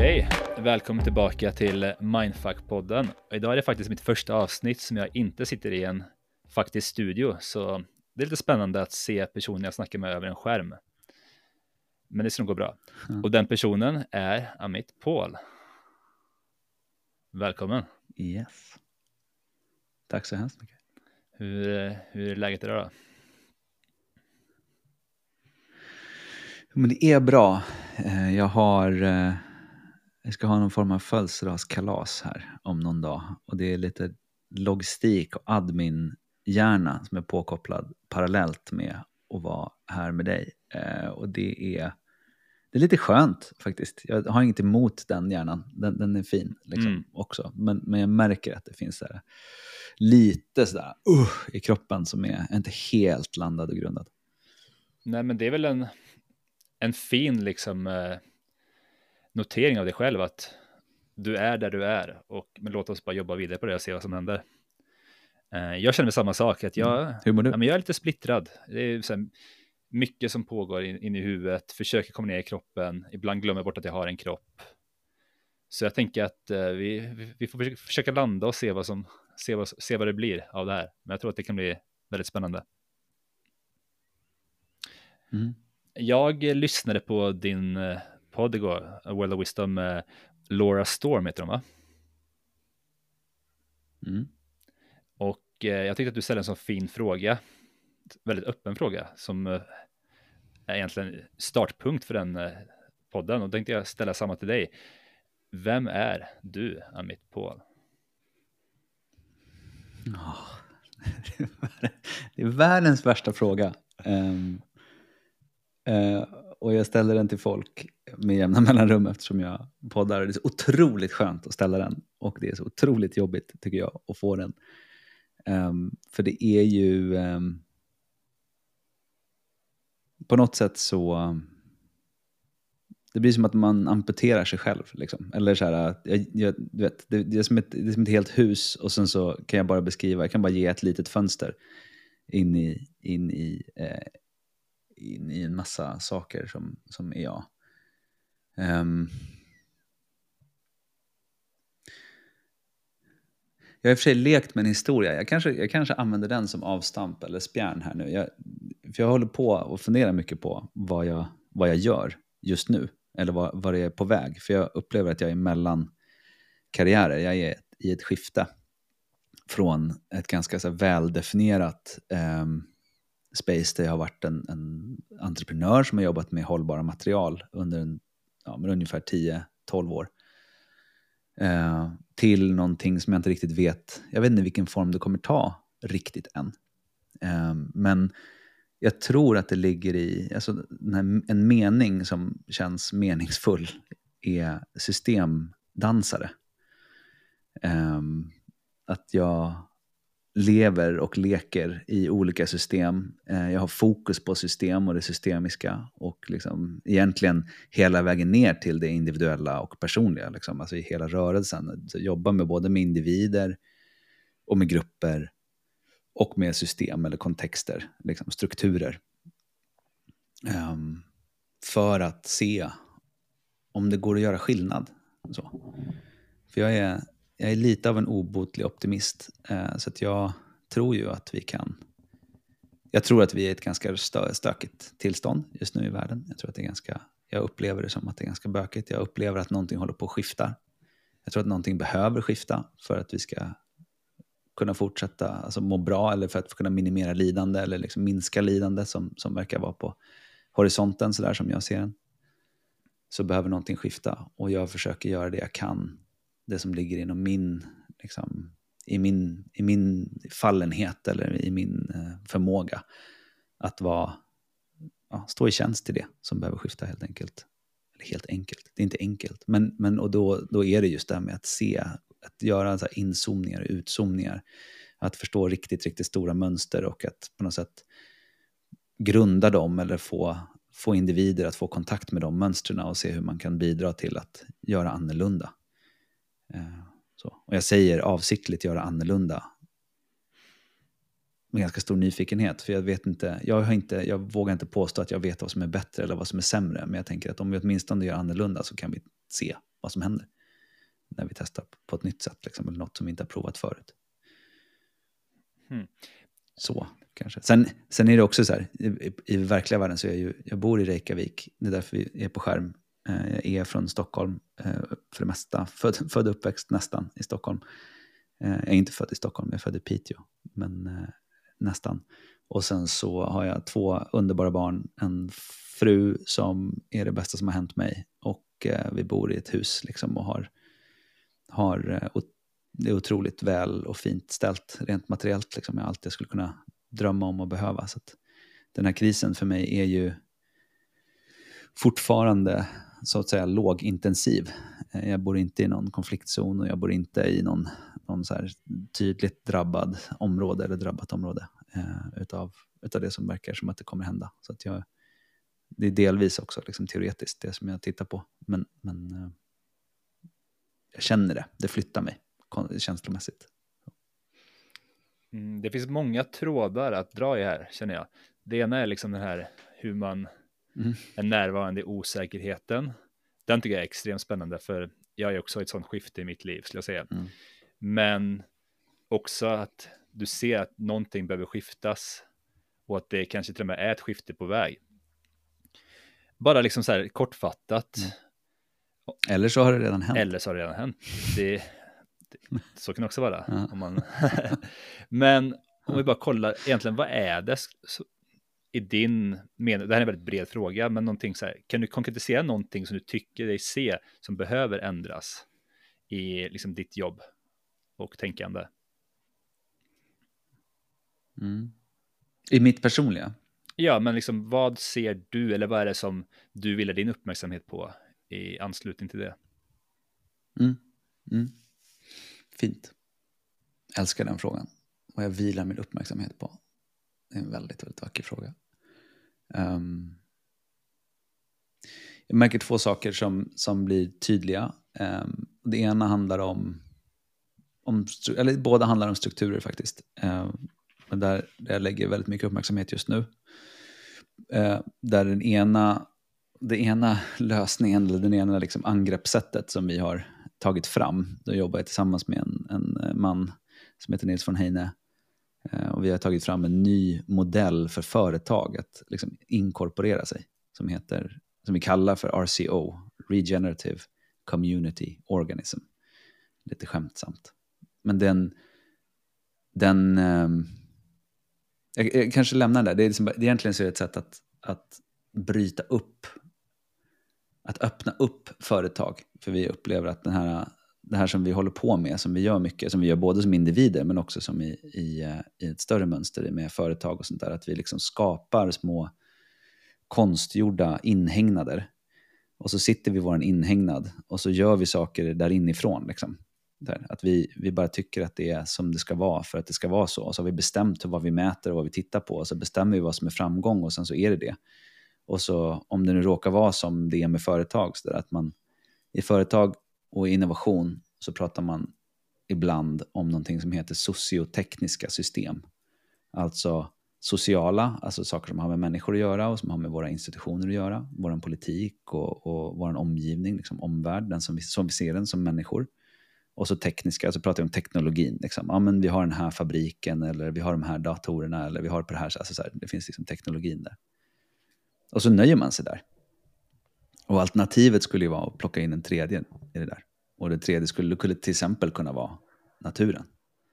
Okej, välkommen tillbaka till Mindfuck-podden. Idag är det faktiskt mitt första avsnitt som jag inte sitter i en faktisk studio, så det är lite spännande att se personen jag snackar med över en skärm. Men det ska nog gå bra. Och den personen är Amit Paul. Välkommen. Yes. Tack så hemskt mycket. Hur är läget idag då? Men det är bra. Jag ska ha någon form av födelsedagskalas här om någon dag. Och det är lite logistik och admin-hjärna som är påkopplad parallellt med att vara här med dig. Och det är lite skönt faktiskt. Jag har inget emot den hjärnan. Den är fin liksom, också. Men jag märker att det finns så här, lite sådär i kroppen som är inte helt landad och grundad. Nej, men det är väl en fin liksom notering av dig själv att du är där du är, men låt oss bara jobba vidare på det och se vad som händer. Jag känner samma sak, att Hur mår du? Ja, men jag är lite splittrad. Det är så här, mycket som pågår in i huvudet, försöker komma ner i kroppen, ibland glömmer jag bort att jag har en kropp. Så jag tänker att vi får försöka landa och se vad det blir av det här. Men jag tror att det kan bli väldigt spännande. Jag lyssnade på din podd igår, A World of Wisdom, med Laura Storm heter de, va? Och jag tyckte att du ställde en sån fin fråga, väldigt öppen fråga, som är egentligen startpunkt för den podden. Och då tänkte jag ställa samma till dig. Vem är du, Amit Paul? Det är världens värsta fråga. Och jag ställer den till folk med jämna mellanrum eftersom jag poddar. Det är så otroligt skönt att ställa den. Och det är så otroligt jobbigt, tycker jag, att få den. För det är ju på något sätt så det blir som att man amputerar sig själv liksom. Eller så här, du vet, det är som ett helt hus, och sen så kan jag bara beskriva, jag kan bara ge ett litet fönster in i en massa saker som är jag. Jag har i och för sig lekt med en historia. Jag kanske använder den som avstamp eller spjärn här nu. För jag håller på och funderar mycket på vad jag gör just nu. Eller vad det är på väg. För jag upplever att jag är mellan karriärer. Jag är i ett skifte från ett ganska så här väldefinierat space där jag har varit en entreprenör som har jobbat med hållbara material under ungefär 10-12 år. Till någonting som jag inte riktigt vet. Jag vet inte vilken form det kommer ta riktigt än. Men jag tror att det ligger i en mening som känns meningsfull är systemdansare. Att jag lever och leker i olika system. Jag har fokus på system och det systemiska. Och liksom egentligen hela vägen ner till det individuella och personliga. Liksom. Alltså i hela rörelsen. Så jobba med både med individer och med grupper. Och med system eller kontexter. Liksom strukturer. För att se om det går att göra skillnad. Så. För jag är lite av en obotlig optimist. Så att jag tror ju att vi kan. Jag tror att vi är i ett ganska stökigt tillstånd just nu i världen. Jag upplever det som att det är ganska bökigt. Jag upplever att någonting håller på att skifta. Jag tror att någonting behöver skifta för att vi ska kunna fortsätta må bra, eller för att kunna minimera lidande eller liksom minska lidande som verkar vara på horisonten så där som jag ser den. Så behöver någonting skifta, och jag försöker göra det jag kan. Det som ligger inom min, liksom, i min fallenhet eller i min förmåga att stå i tjänst till det som behöver skifta helt enkelt. Eller helt enkelt, det är inte enkelt. Men och då är det just det här med att se, att göra så här inzoomningar och utzoomningar. Att förstå riktigt, riktigt stora mönster och att på något sätt grunda dem eller få individer att få kontakt med de mönstren och se hur man kan bidra till att göra annorlunda. Så. Och jag säger avsiktligt göra annorlunda med ganska stor nyfikenhet, för jag vet inte, jag vågar inte påstå att jag vet vad som är bättre eller vad som är sämre, men jag tänker att om vi åtminstone gör annorlunda så kan vi se vad som händer när vi testar på ett nytt sätt liksom, eller något som vi inte har provat förut. Så kanske. Sen är det också så här, i verkliga världen så är jag bor i Reykjavik, det är därför vi är på skärm. Jag är från Stockholm för det mesta, född och uppväxt nästan i Stockholm. Jag är inte född i Stockholm, jag är född i Piteå, men nästan. Och sen så har jag 2 underbara barn, en fru som är det bästa som har hänt mig, och vi bor i ett hus liksom, och det är otroligt väl och fint ställt rent materiellt liksom, jag allt jag skulle kunna drömma om och behöva. Så att den här krisen för mig är ju fortfarande så att säga lågintensiv. Jag bor inte i någon konfliktzon och jag bor inte i någon så här tydligt drabbat område utav det som verkar som att det kommer hända. Så att det är delvis också liksom teoretiskt det som jag tittar på, men jag känner det flyttar mig känslomässigt. Det finns många trådar att dra i här, känner jag. Det ena är liksom den här hur man är närvarande i osäkerheten. Den tycker jag är extremt spännande, för jag är också ett sånt skifte i mitt liv, skulle jag säga. Men också att du ser att någonting behöver skiftas och att det kanske till och med är ett skifte på väg. Bara liksom så här kortfattat. Eller så har det redan hänt. Så kan det också vara. Ja. Men om vi bara kollar, egentligen vad är det i din mening? Det här är en väldigt bred fråga, men någonting så här, kan du konkretisera någonting som du tycker dig se som behöver ändras i liksom ditt jobb och tänkande? I mitt personliga? Ja, men liksom vad ser du, eller vad är det som du vill ha din uppmärksamhet på i anslutning till det? Fint. Älskar den frågan. Vad jag vilar min uppmärksamhet på. Det är en väldigt, väldigt vacker fråga. Jag märker 2 saker som blir tydliga. Det ena handlar eller båda handlar om strukturer faktiskt. Men där jag lägger väldigt mycket uppmärksamhet just nu. Där det ena lösningen, eller den ena liksom angreppssättet som vi har tagit fram. Då jobbar jag tillsammans med en man som heter Nils von Heine. Och vi har tagit fram en ny modell för företag att liksom inkorporera sig. Som vi kallar för RCO, Regenerative Community Organism. Lite skämtsamt. Men jag kanske lämnar där. Det är egentligen så är det ett sätt att bryta upp, att öppna upp företag. För vi upplever att det här som vi håller på med, som vi gör mycket, som vi gör både som individer men också som i ett större mönster med företag och sånt där, att vi liksom skapar små konstgjorda inhägnader. Och så sitter vi i våran inhägnad och så gör vi saker där inifrån liksom. Där. Att vi bara tycker att det är som det ska vara för att det ska vara så. Och så har vi bestämt vad vi mäter och vad vi tittar på. Och så bestämmer vi vad som är framgång och sen så är det det. Och så om det nu råkar vara som det är med företag, så där, att man i företag och innovation så pratar man ibland om någonting som heter sociotekniska system. Alltså sociala, alltså saker som har med människor att göra och som har med våra institutioner att göra. Vår politik och vår omgivning, liksom omvärld, den som vi ser den som människor. Och så tekniska, alltså pratar vi om teknologin. Liksom. Ja, men vi har den här fabriken, eller vi har de här datorerna, eller vi har på det här. Alltså så här, det finns liksom teknologin där. Och så nöjer man sig där. Och alternativet skulle ju vara att plocka in en tredje i det där. Och det tredje skulle till exempel kunna vara naturen.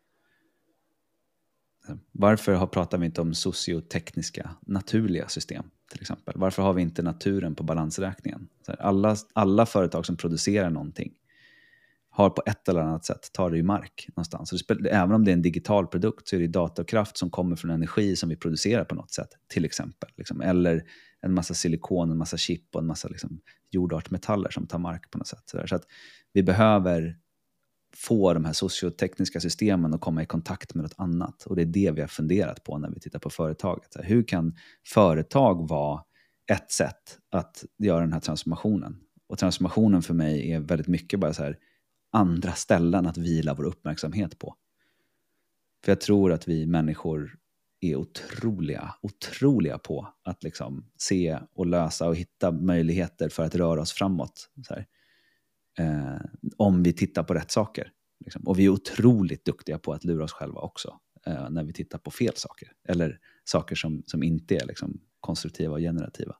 Varför pratar vi inte om sociotekniska, naturliga system till exempel? Varför har vi inte naturen på balansräkningen? Alla företag som producerar någonting har på ett eller annat sätt tar det i mark någonstans. Så även om det är en digital produkt så är det datorkraft som kommer från energi som vi producerar på något sätt, till exempel. Liksom. Eller en massa silikon, en massa chip och en massa liksom, jordartsmetaller som tar mark på något sätt. Så att vi behöver få de här sociotekniska systemen att komma i kontakt med något annat. Och det är det vi har funderat på när vi tittar på företaget. Så här, hur kan företag vara ett sätt att göra den här transformationen? Och transformationen för mig är väldigt mycket bara så här andra ställen att vila vår uppmärksamhet på. För jag tror att vi människor är otroliga på att liksom se och lösa och hitta möjligheter för att röra oss framåt. Så här. om vi tittar på rätt saker. Liksom. Och vi är otroligt duktiga på att lura oss själva också när vi tittar på fel saker. Eller saker som inte är liksom, konstruktiva och generativa.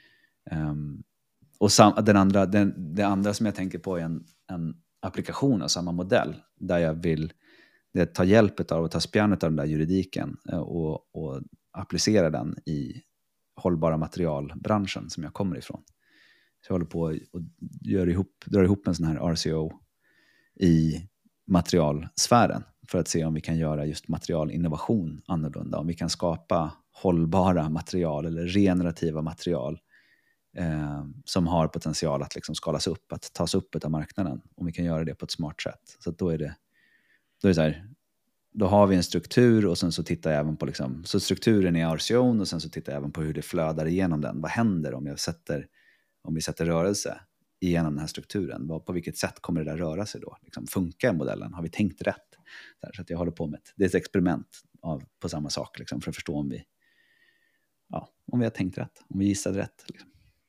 Och det andra som jag tänker på är en applikation av samma modell. Där jag vill ta hjälp av och ta spjärnet av den där juridiken och applicera den i hållbara materialbranschen som jag kommer ifrån. Så jag håller på och drar ihop en sån här RCO i materialsfären för att se om vi kan göra just materialinnovation annorlunda. Om vi kan skapa hållbara material eller regenerativa material som har potential att liksom skalas upp, att tas upp av marknaden. Om vi kan göra det på ett smart sätt. Så då är det så här, då har vi en struktur och sen så tittar jag även på liksom, så strukturen är RCO och sen så tittar jag även på hur det flödar igenom den. Vad händer om vi sätter rörelse igenom den här strukturen? På vilket sätt kommer det där röra sig då? Liksom, funkar modellen? Har vi tänkt rätt? Så att jag håller på med det är ett experiment på samma sak liksom, för att förstå om vi har tänkt rätt, om vi gissade rätt. Liksom.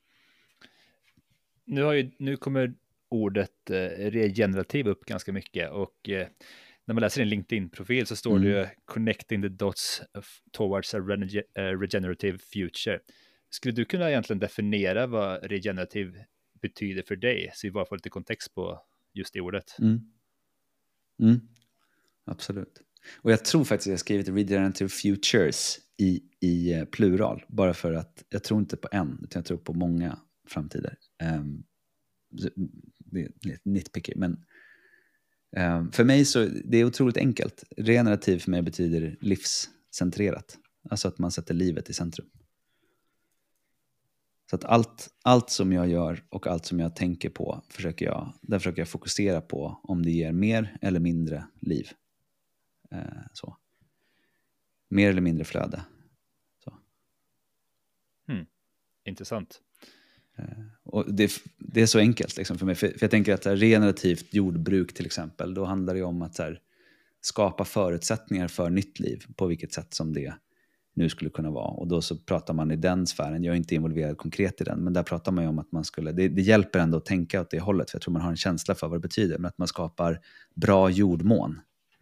Nu kommer ordet regenerativ upp ganska mycket och när man läser din LinkedIn-profil så står det ju connecting the dots towards a regenerative future. Skulle du kunna egentligen definiera vad regenerativ betyder för dig? Så vi bara får lite kontext på just det ordet. Absolut. Och jag tror faktiskt att jag har skrivit regenerative futures i plural. Bara för att jag tror inte på en, utan jag tror på många framtider. Det är lite nitpicky, men för mig så det är otroligt enkelt. Regenerativ för mig betyder livscentrerat. Alltså att man sätter livet i centrum. Så att allt som jag gör och allt som jag tänker på försöker jag fokusera på om det ger mer eller mindre liv. Så. Mer eller mindre flöde. Så. Intressant. Och det är så enkelt liksom för mig. För jag tänker att regenerativt jordbruk till exempel, då handlar det om att skapa förutsättningar för nytt liv på vilket sätt som det nu skulle kunna vara. Och då så pratar man i den sfären, jag är inte involverad konkret i den, men där pratar man ju om att man skulle, det hjälper ändå att tänka åt det hållet, för jag tror man har en känsla för vad det betyder, men att man skapar bra jordmån.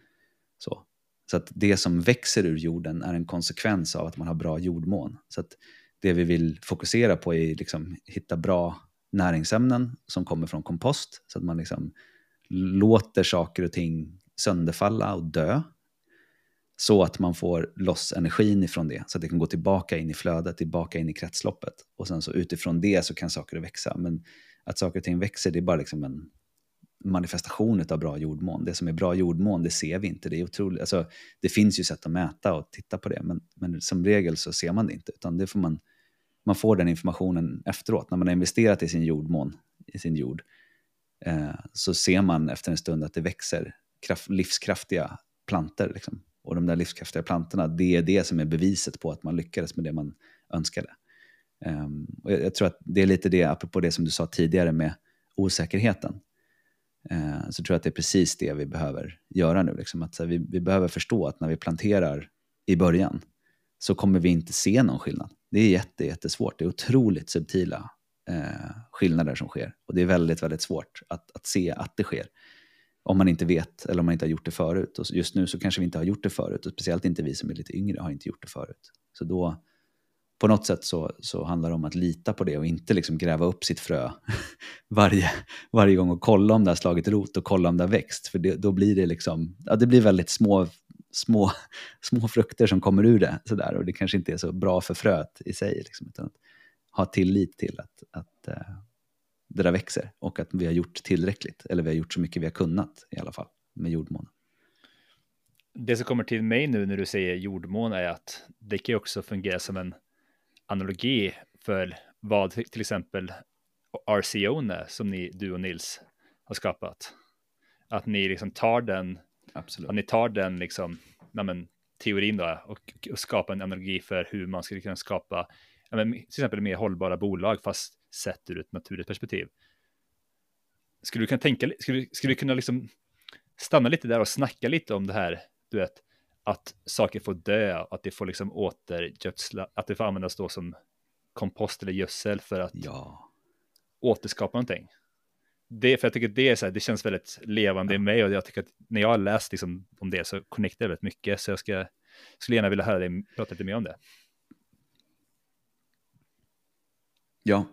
Så att det som växer ur jorden är en konsekvens av att man har bra jordmån. Så att det vi vill fokusera på är liksom hitta bra näringsämnen som kommer från kompost, så att man liksom låter saker och ting sönderfalla och dö, så att man får loss energin ifrån det, så att det kan gå tillbaka in i flödet, tillbaka in i kretsloppet, och sen så utifrån det så kan saker växa. Men att saker och ting växer, det är bara liksom en manifestation av bra jordmån. Det som är bra jordmån, det ser vi inte. Det är otroligt, alltså, det finns ju sätt att mäta och titta på det, men som regel så ser man det inte, utan det får man får den informationen efteråt. När man har investerat i sin jordmån, i sin jord, så ser man efter en stund att det växer livskraftiga planter liksom. Och de där livskraftiga plantorna, det är det som är beviset på att man lyckades med det man önskade. Och jag tror att det är lite det, apropå det som du sa tidigare med osäkerheten, så tror jag att det är precis det vi behöver göra nu. Liksom. Att vi behöver förstå att när vi planterar i början så kommer vi inte se någon skillnad. Det är jättesvårt. Det är otroligt subtila skillnader som sker. Och det är väldigt, väldigt svårt att se att det sker. Om man inte vet eller om man inte har gjort det förut. Och just nu så kanske vi inte har gjort det förut. Och speciellt inte vi som är lite yngre har inte gjort det förut. Så då på något sätt så handlar det om att lita på det och inte liksom gräva upp sitt frö varje gång och kolla om det har slagit rot och kolla om det har växt. För då blir det liksom, det blir väldigt små frukter som kommer ur det sådär, och det kanske inte är så bra för fröet i sig liksom, utan att ha tillit till att det där växer och att vi har gjort tillräckligt, eller vi har gjort så mycket vi har kunnat i alla fall med jordmån. Det som kommer till mig nu när du säger jordmån är att det kan också fungera som en analogi för vad till exempel RCO är, som du och Nils har skapat. Att ni liksom tar den, absolut, att ni tar den liksom, teorin då och skapar en analogi för hur man skulle kunna skapa till exempel mer hållbara bolag, fast sett ur ett naturligt perspektiv. Skulle du kunna tänka, skulle vi kunna liksom stanna lite där och snacka lite om det här, du vet, att saker får dö, att det får liksom återgödsla, att det får användas då som kompost eller gödsel för att återskapa någonting. det, för jag tycker det är så här, det känns väldigt levande i mig, och jag tycker att när jag har läst liksom om det så connectar det väldigt mycket, så jag skulle gärna vilja höra dig prata lite mer om det. Ja.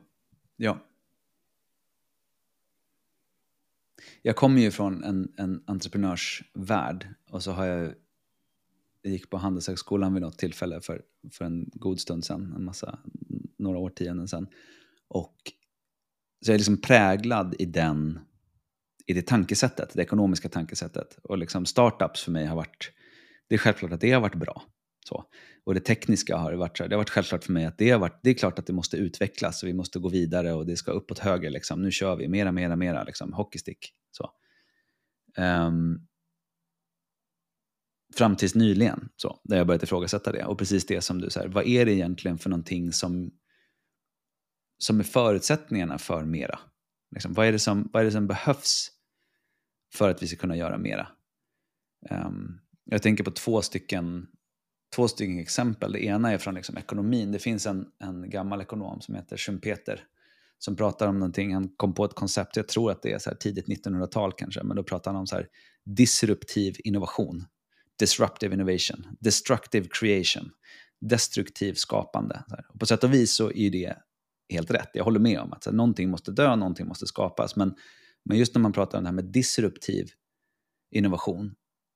Jag kommer ju från en entreprenörsvärld, och så har jag gick på Handelshögskolan vid något tillfälle för en god stund sedan, några årtionden sedan. Och så är jag liksom präglad i det tankesättet, det ekonomiska tankesättet. Och liksom startups för mig har varit, det är självklart att det har varit bra. Så. Och det tekniska har varit så här, det har varit självklart för mig att det är klart att det måste utvecklas och vi måste gå vidare och det ska uppåt höger liksom. Nu kör vi mera liksom, hockeystick. Så. Fram tills nyligen, så, där jag börjat ifrågasätta det. Och precis det som du säger, vad är det egentligen för någonting som är förutsättningarna för mera? Liksom, vad är det som behövs för att vi ska kunna göra mera? Jag tänker på två stycken exempel. Det ena är från liksom ekonomin. Det finns en gammal ekonom som heter Schumpeter som pratar om någonting. Han kom på ett koncept, jag tror att det är så här tidigt 1900-tal kanske, men då pratar han om så här disruptiv innovation, disruptive innovation, destructive creation, destruktiv skapande. Och på sätt och vis så är det helt rätt. Jag håller med om att så här, någonting måste dö, någonting måste skapas, men just när man pratar om det här med disruptiv innovation,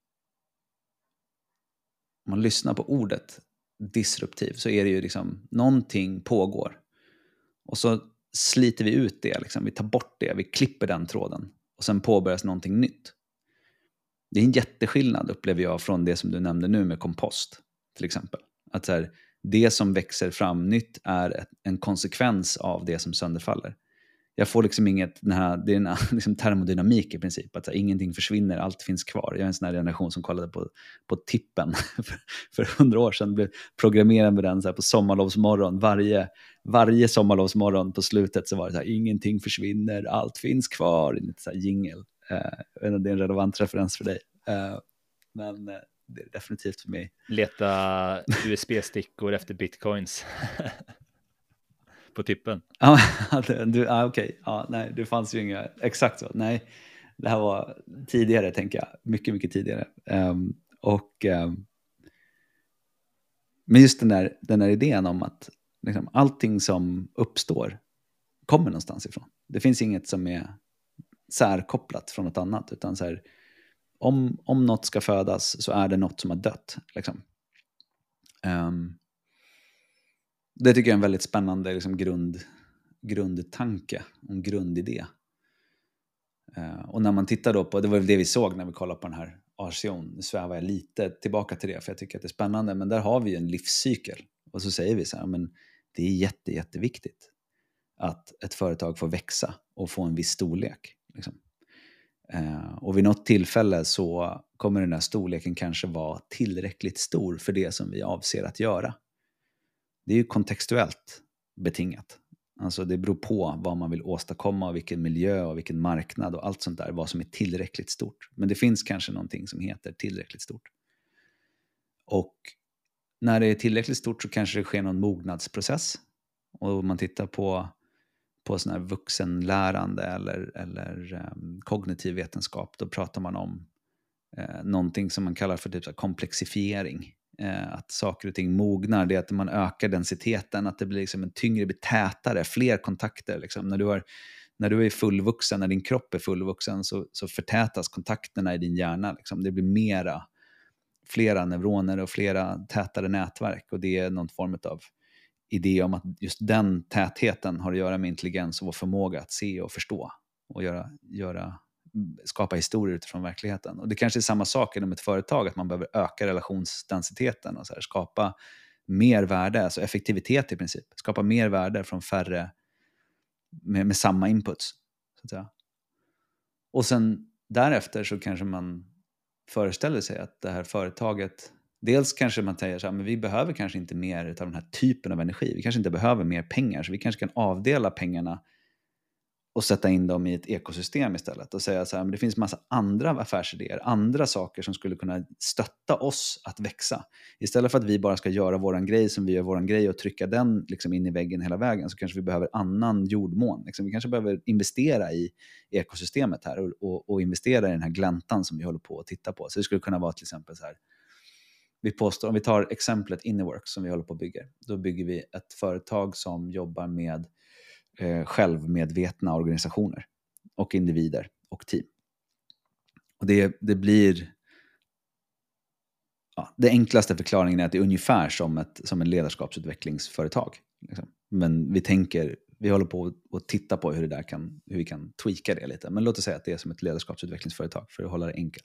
om man lyssnar på ordet disruptiv, så är det ju liksom någonting pågår. Och så sliter vi ut det, liksom. Vi tar bort det, vi klipper den tråden. Och sen påbörjas någonting nytt. Det är en jätteskillnad, upplever jag, från det som du nämnde nu med kompost, till exempel. Att så här, det som växer fram nytt är en konsekvens av det som sönderfaller. Jag får liksom det är en liksom termodynamik i princip, att så här, ingenting försvinner, allt finns kvar. Jag är en sån här generation som kollade på Tippen för 100 år sedan, blev programmerad med den så här, på sommarlovsmorgon. Varje sommarlovsmorgon på slutet så var det så här, ingenting försvinner, allt finns kvar. Så här jingle. Det är en relevant referens för dig. Men det är definitivt för mig. Leta USB-stickor efter bitcoins. På Tippen. Okej. Ja, nej, det fanns ju inga exakt så. Nej, det här var tidigare, tänker jag. Mycket, mycket tidigare. Men just den där idén om att liksom, allting som uppstår kommer någonstans ifrån. Det finns inget som är särkopplat från något annat, utan så här, om något ska födas så är det något som har dött. Liksom. Det tycker jag är en väldigt spännande liksom, grundtanke, en grundidé. Och när man tittar då på, det var det vi såg när vi kollade på den här Archeon, nu svävar jag lite tillbaka till det för jag tycker att det är spännande, men där har vi en livscykel. Och så säger vi så här, men det är jätteviktigt att ett företag får växa och få en viss storlek. Liksom. Och vid något tillfälle så kommer den här storleken kanske vara tillräckligt stor för det som vi avser att göra. Det är ju kontextuellt betingat. Alltså det beror på vad man vill åstadkomma och vilken miljö och vilken marknad och allt sånt där, vad som är tillräckligt stort. Men det finns kanske någonting som heter tillräckligt stort. Och när det är tillräckligt stort så kanske det sker någon mognadsprocess. Och om man tittar på sån här vuxenlärande eller kognitiv vetenskap, då pratar man om någonting som man kallar för typ så här komplexifiering. Att saker och ting mognar, det är att man ökar densiteten, att det blir liksom en tyngre, blir tätare, fler kontakter. Liksom. När du är fullvuxen, när din kropp är fullvuxen så förtätas kontakterna i din hjärna. Liksom. Det blir flera neuroner och flera tätare nätverk, och det är någon form av idé om att just den tätheten har att göra med intelligens och vår förmåga att se och förstå och skapa historier utifrån verkligheten. Och det kanske är samma sak inom ett företag, att man behöver öka relationsdensiteten och så här, skapa mer värde, alltså effektivitet i princip. Skapa mer värde från färre med samma inputs. Så att säga. Och sen därefter så kanske man föreställer sig att det här företaget, dels kanske man säger så här, men vi behöver kanske inte mer av den här typen av energi. Vi kanske inte behöver mer pengar, så vi kanske kan avdela pengarna och sätta in dem i ett ekosystem istället och säga så här, men det finns massa andra affärsidéer, andra saker som skulle kunna stötta oss att växa. Istället för att vi bara ska göra våran grej som vi gör våran grej och trycka den liksom in i väggen hela vägen, så kanske vi behöver annan jordmån. Liksom, vi kanske behöver investera i ekosystemet här och investera i den här gläntan som vi håller på att titta på. Så det skulle kunna vara till exempel så här, vi påstår, om vi tar exemplet Innerworks som vi håller på att bygga, då bygger vi ett företag som jobbar med självmedvetna organisationer och individer och team. Och det blir... Ja, det enklaste förklaringen är att det är ungefär som en ledarskapsutvecklingsföretag. Liksom. Men vi håller på att titta på hur vi kan tweaka det lite. Men låt oss säga att det är som ett ledarskapsutvecklingsföretag för att hålla det enkelt.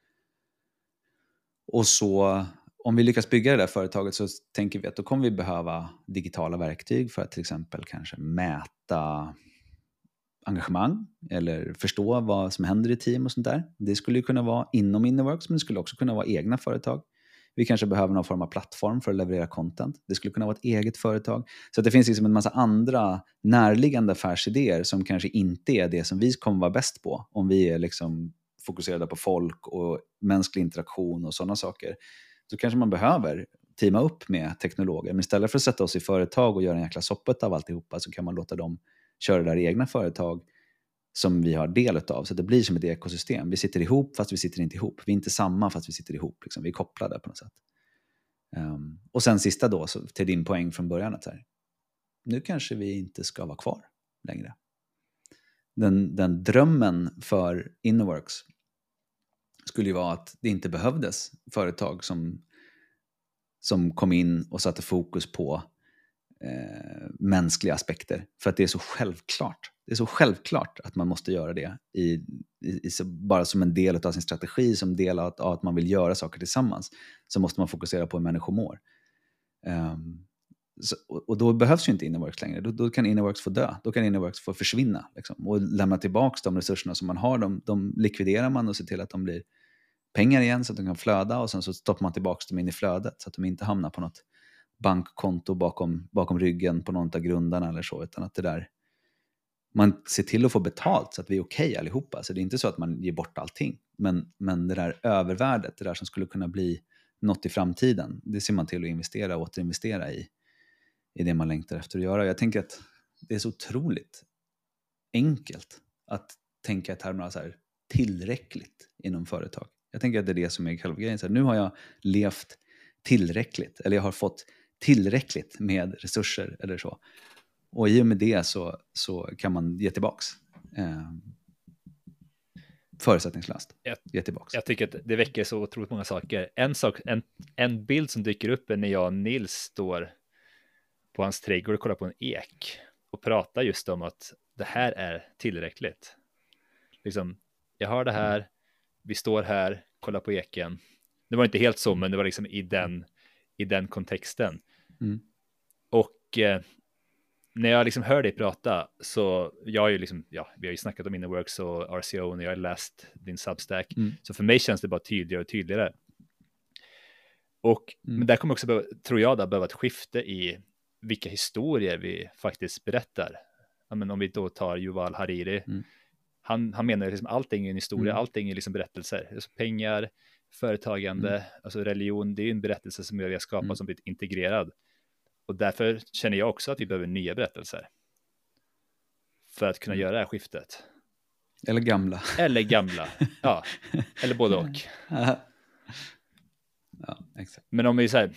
Och så om vi lyckas bygga det där företaget så tänker vi att då kommer vi behöva digitala verktyg för att till exempel kanske mäta engagemang eller förstå vad som händer i team och sånt där. Det skulle ju kunna vara inom Innerworks, men det skulle också kunna vara egna företag. Vi kanske behöver någon form av plattform för att leverera content. Det skulle kunna vara ett eget företag. Så att det finns liksom en massa andra närliggande affärsidéer som kanske inte är det som vi kommer vara bäst på om vi är liksom fokuserade på folk och mänsklig interaktion och sådana saker. Då kanske man behöver teama upp med teknologer. Men istället för att sätta oss i företag och göra en jäkla soppet av alltihopa så kan man låta dem köra där i egna företag som vi har del av. Så det blir som ett ekosystem. Vi sitter ihop fast vi sitter inte ihop. Vi är inte samma fast vi sitter ihop. Liksom. Vi är kopplade på något sätt. Och sen sista då, så till din poäng från början. Att så här, nu kanske vi inte ska vara kvar längre. Den drömmen för Innerworks skulle ju vara att det inte behövdes företag som kom in och satte fokus på mänskliga aspekter. För att det är så självklart. Det är så självklart att man måste göra det bara som en del av sin strategi, som del av att man vill göra saker tillsammans. Så måste man fokusera på hur människor mår. Och då behövs ju inte Innerworks längre. Då kan Innerworks få dö. Då kan Innerworks få försvinna. Liksom, och lämna tillbaka de resurserna som man har. De likviderar man och ser till att de blir pengar igen så att de kan flöda. Och sen så stoppar man tillbaka dem in i flödet så att de inte hamnar på något bankkonto bakom ryggen på någon av grundarna eller så. Utan att det där, man ser till att få betalt så att vi är okej allihopa. Så det är inte så att man ger bort allting. Men det där övervärdet, det där som skulle kunna bli något i framtiden, det ser man till att investera och återinvestera i det man längtar efter att göra. Jag tänker att det är så otroligt enkelt att tänka i termer av så här, tillräckligt inom företag. Jag tänker att det är det som är själva grejen. Så här, nu har jag levt tillräckligt, eller jag har fått tillräckligt med resurser eller så. Och i och med det så kan man ge tillbaks. Förutsättningslöst. Ge tillbaks. Jag tycker att det väcker så otroligt många saker. En bild som dyker upp är när jag och Nils står på hans trädgård och kollar på en ek och pratar just om att det här är tillräckligt. Liksom, jag har det här, vi står här, kollar på eken. Det var inte helt så, men det var liksom i den kontexten. Mm. Och när jag liksom hör dig prata, så jag har ju liksom, vi har ju snackat om Innerworks och RCO när jag har läst din Substack. Så för mig känns det bara tydligare och tydligare. Men där kommer också, tror jag, behöva ett skifte i vilka historier vi faktiskt berättar. Men om vi då tar Yuval Hariri, han menar liksom allting är en historia, allting är liksom berättelser. Alltså pengar, företagande, alltså religion, det är en berättelse som vi har skapat som blivit integrerad. Och därför känner jag också att vi behöver nya berättelser för att kunna göra det här skiftet. Eller gamla. Ja. Eller både och. Ja, exakt. Men om vi säger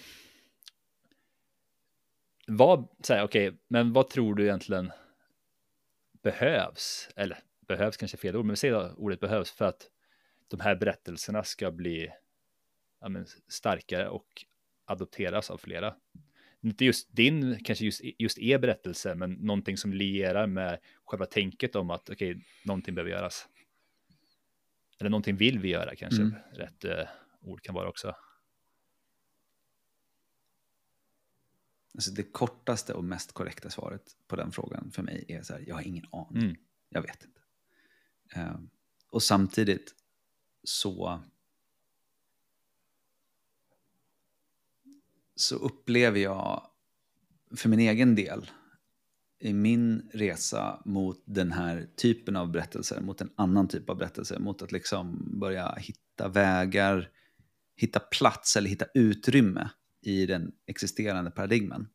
okej, men vad tror du egentligen behövs? Eller behövs kanske fel ord, men vi säger då ordet behövs för att de här berättelserna ska bli starkare och adopteras av flera. Inte just kanske just er berättelse, men någonting som lierar med själva tänket om att okej, någonting behöver göras. Eller någonting vill vi göra kanske. Rätt ord kan vara också. Alltså det kortaste och mest korrekta svaret på den frågan för mig är så här, jag har ingen aning. Jag vet inte. Och samtidigt så upplever jag för min egen del i min resa mot den här typen av berättelser, mot en annan typ av berättelser, mot att liksom börja hitta vägar, hitta plats eller hitta utrymme i den existerande paradigmen.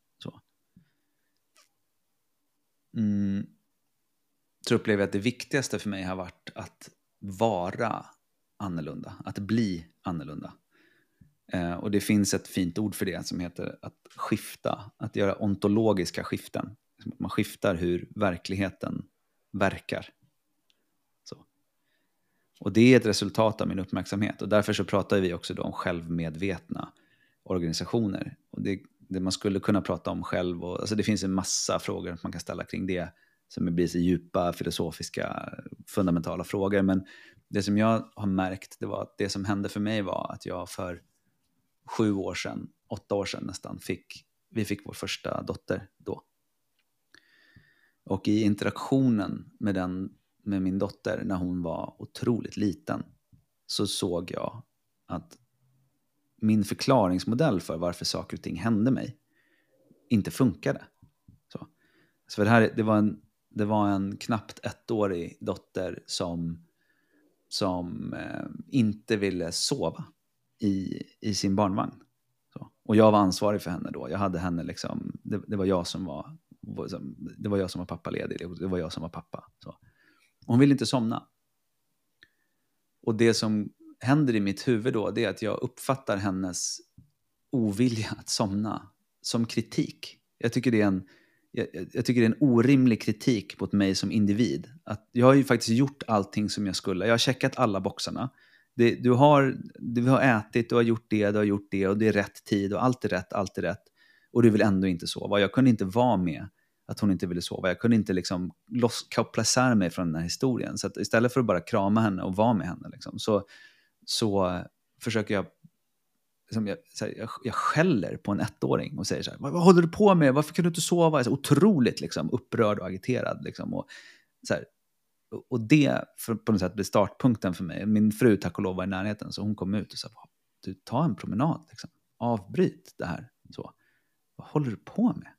Så upplever jag att det viktigaste för mig har varit att vara annorlunda, att bli annorlunda. Och det finns ett fint ord för det som heter att skifta, att göra ontologiska skiften. Man skiftar hur verkligheten verkar. Så. Och det är ett resultat av min uppmärksamhet. Och därför så pratar vi också då om självmedvetna organisationer. Och det man skulle kunna prata om själv. Och, alltså det finns en massa frågor man kan ställa kring det. Som blir så djupa, filosofiska, fundamentala frågor. Men det som jag har märkt, det var att det som hände för mig var att jag för 8 år sedan nästan, vi fick vår första dotter då. Och i interaktionen med min dotter när hon var otroligt liten så såg jag att min förklaringsmodell för varför saker och ting hände mig inte funkade. Så för det var en knappt 1-årig dotter som inte ville sova i sin barnvagn. Så. Och jag var ansvarig för henne då. Jag hade henne liksom, det var jag som var pappaledig. Det var jag som var pappa. Så. Och hon ville inte somna. Och det som händer i mitt huvud då, det är att jag uppfattar hennes ovilja att somna som kritik. Jag tycker det är en orimlig kritik mot mig som individ. Att jag har ju faktiskt gjort allting som jag skulle. Jag har checkat alla boxarna. Du har ätit, du har gjort det och det är rätt tid och allt är rätt. Och du vill ändå inte sova. Jag kunde inte vara med att hon inte ville sova. Jag kunde inte liksom koppla isär mig från den här historien. Så att istället för att bara krama henne och vara med henne liksom, så försöker jag jag skäller på en 1-åring och säger så här: vad håller du på med? Varför kan du inte sova? Jag är så otroligt liksom, upprörd och agiterad. Liksom, och det på något sätt blev startpunkten för mig. Min fru, tack och lov, var i närheten, så hon kom ut och sa: du, ta en promenad. Liksom. Avbryt det här. Så. Vad håller du på med?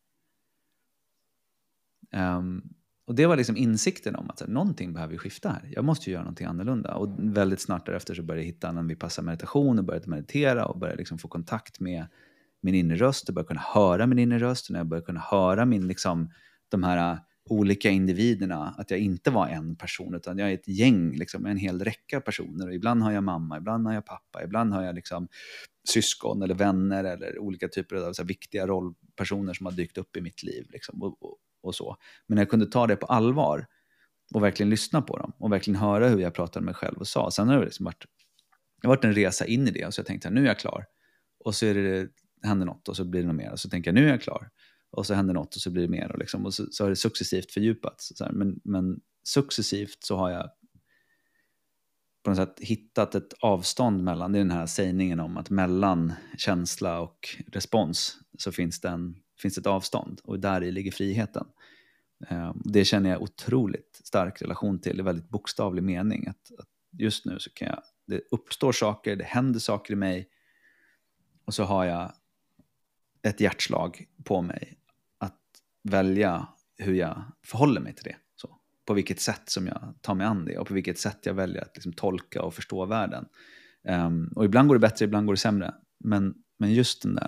Och det var liksom insikten om att någonting behöver skifta här. Jag måste ju göra någonting annorlunda. Och väldigt snart därefter så började jag hitta en vipassana meditation och började meditera och började liksom få kontakt med min inre röst. Jag började kunna höra min inre röst. Och när jag började kunna höra de här olika individerna, att jag inte var en person utan jag är ett gäng, liksom, en hel räcka personer. Och ibland har jag mamma, ibland har jag pappa, ibland har jag liksom syskon eller vänner eller olika typer av så här viktiga rollpersoner som har dykt upp i mitt liv. Liksom, och så. Men jag kunde ta det på allvar och verkligen lyssna på dem och verkligen höra hur jag pratade med mig själv och sa. Sen har det liksom varit en resa in i det, och så jag tänkte nu är jag klar. Och så händer något och så blir det något mer. Och så tänker jag nu är jag klar. Och så händer något och så blir det mer. Och, liksom, och så har det successivt fördjupats. Så här. Men successivt så har jag på något sätt hittat ett avstånd mellan, det är den här sägningen om att mellan känsla och respons så finns ett avstånd, och där i ligger friheten. Det känner jag otroligt stark relation till i väldigt bokstavlig mening. Att just nu så det uppstår saker, det händer saker i mig, och så har jag ett hjärtslag på mig att välja hur jag förhåller mig till det. Så, på vilket sätt som jag tar mig an det och på vilket sätt jag väljer att liksom tolka och förstå världen. Och ibland går det bättre, ibland går det sämre. Men just det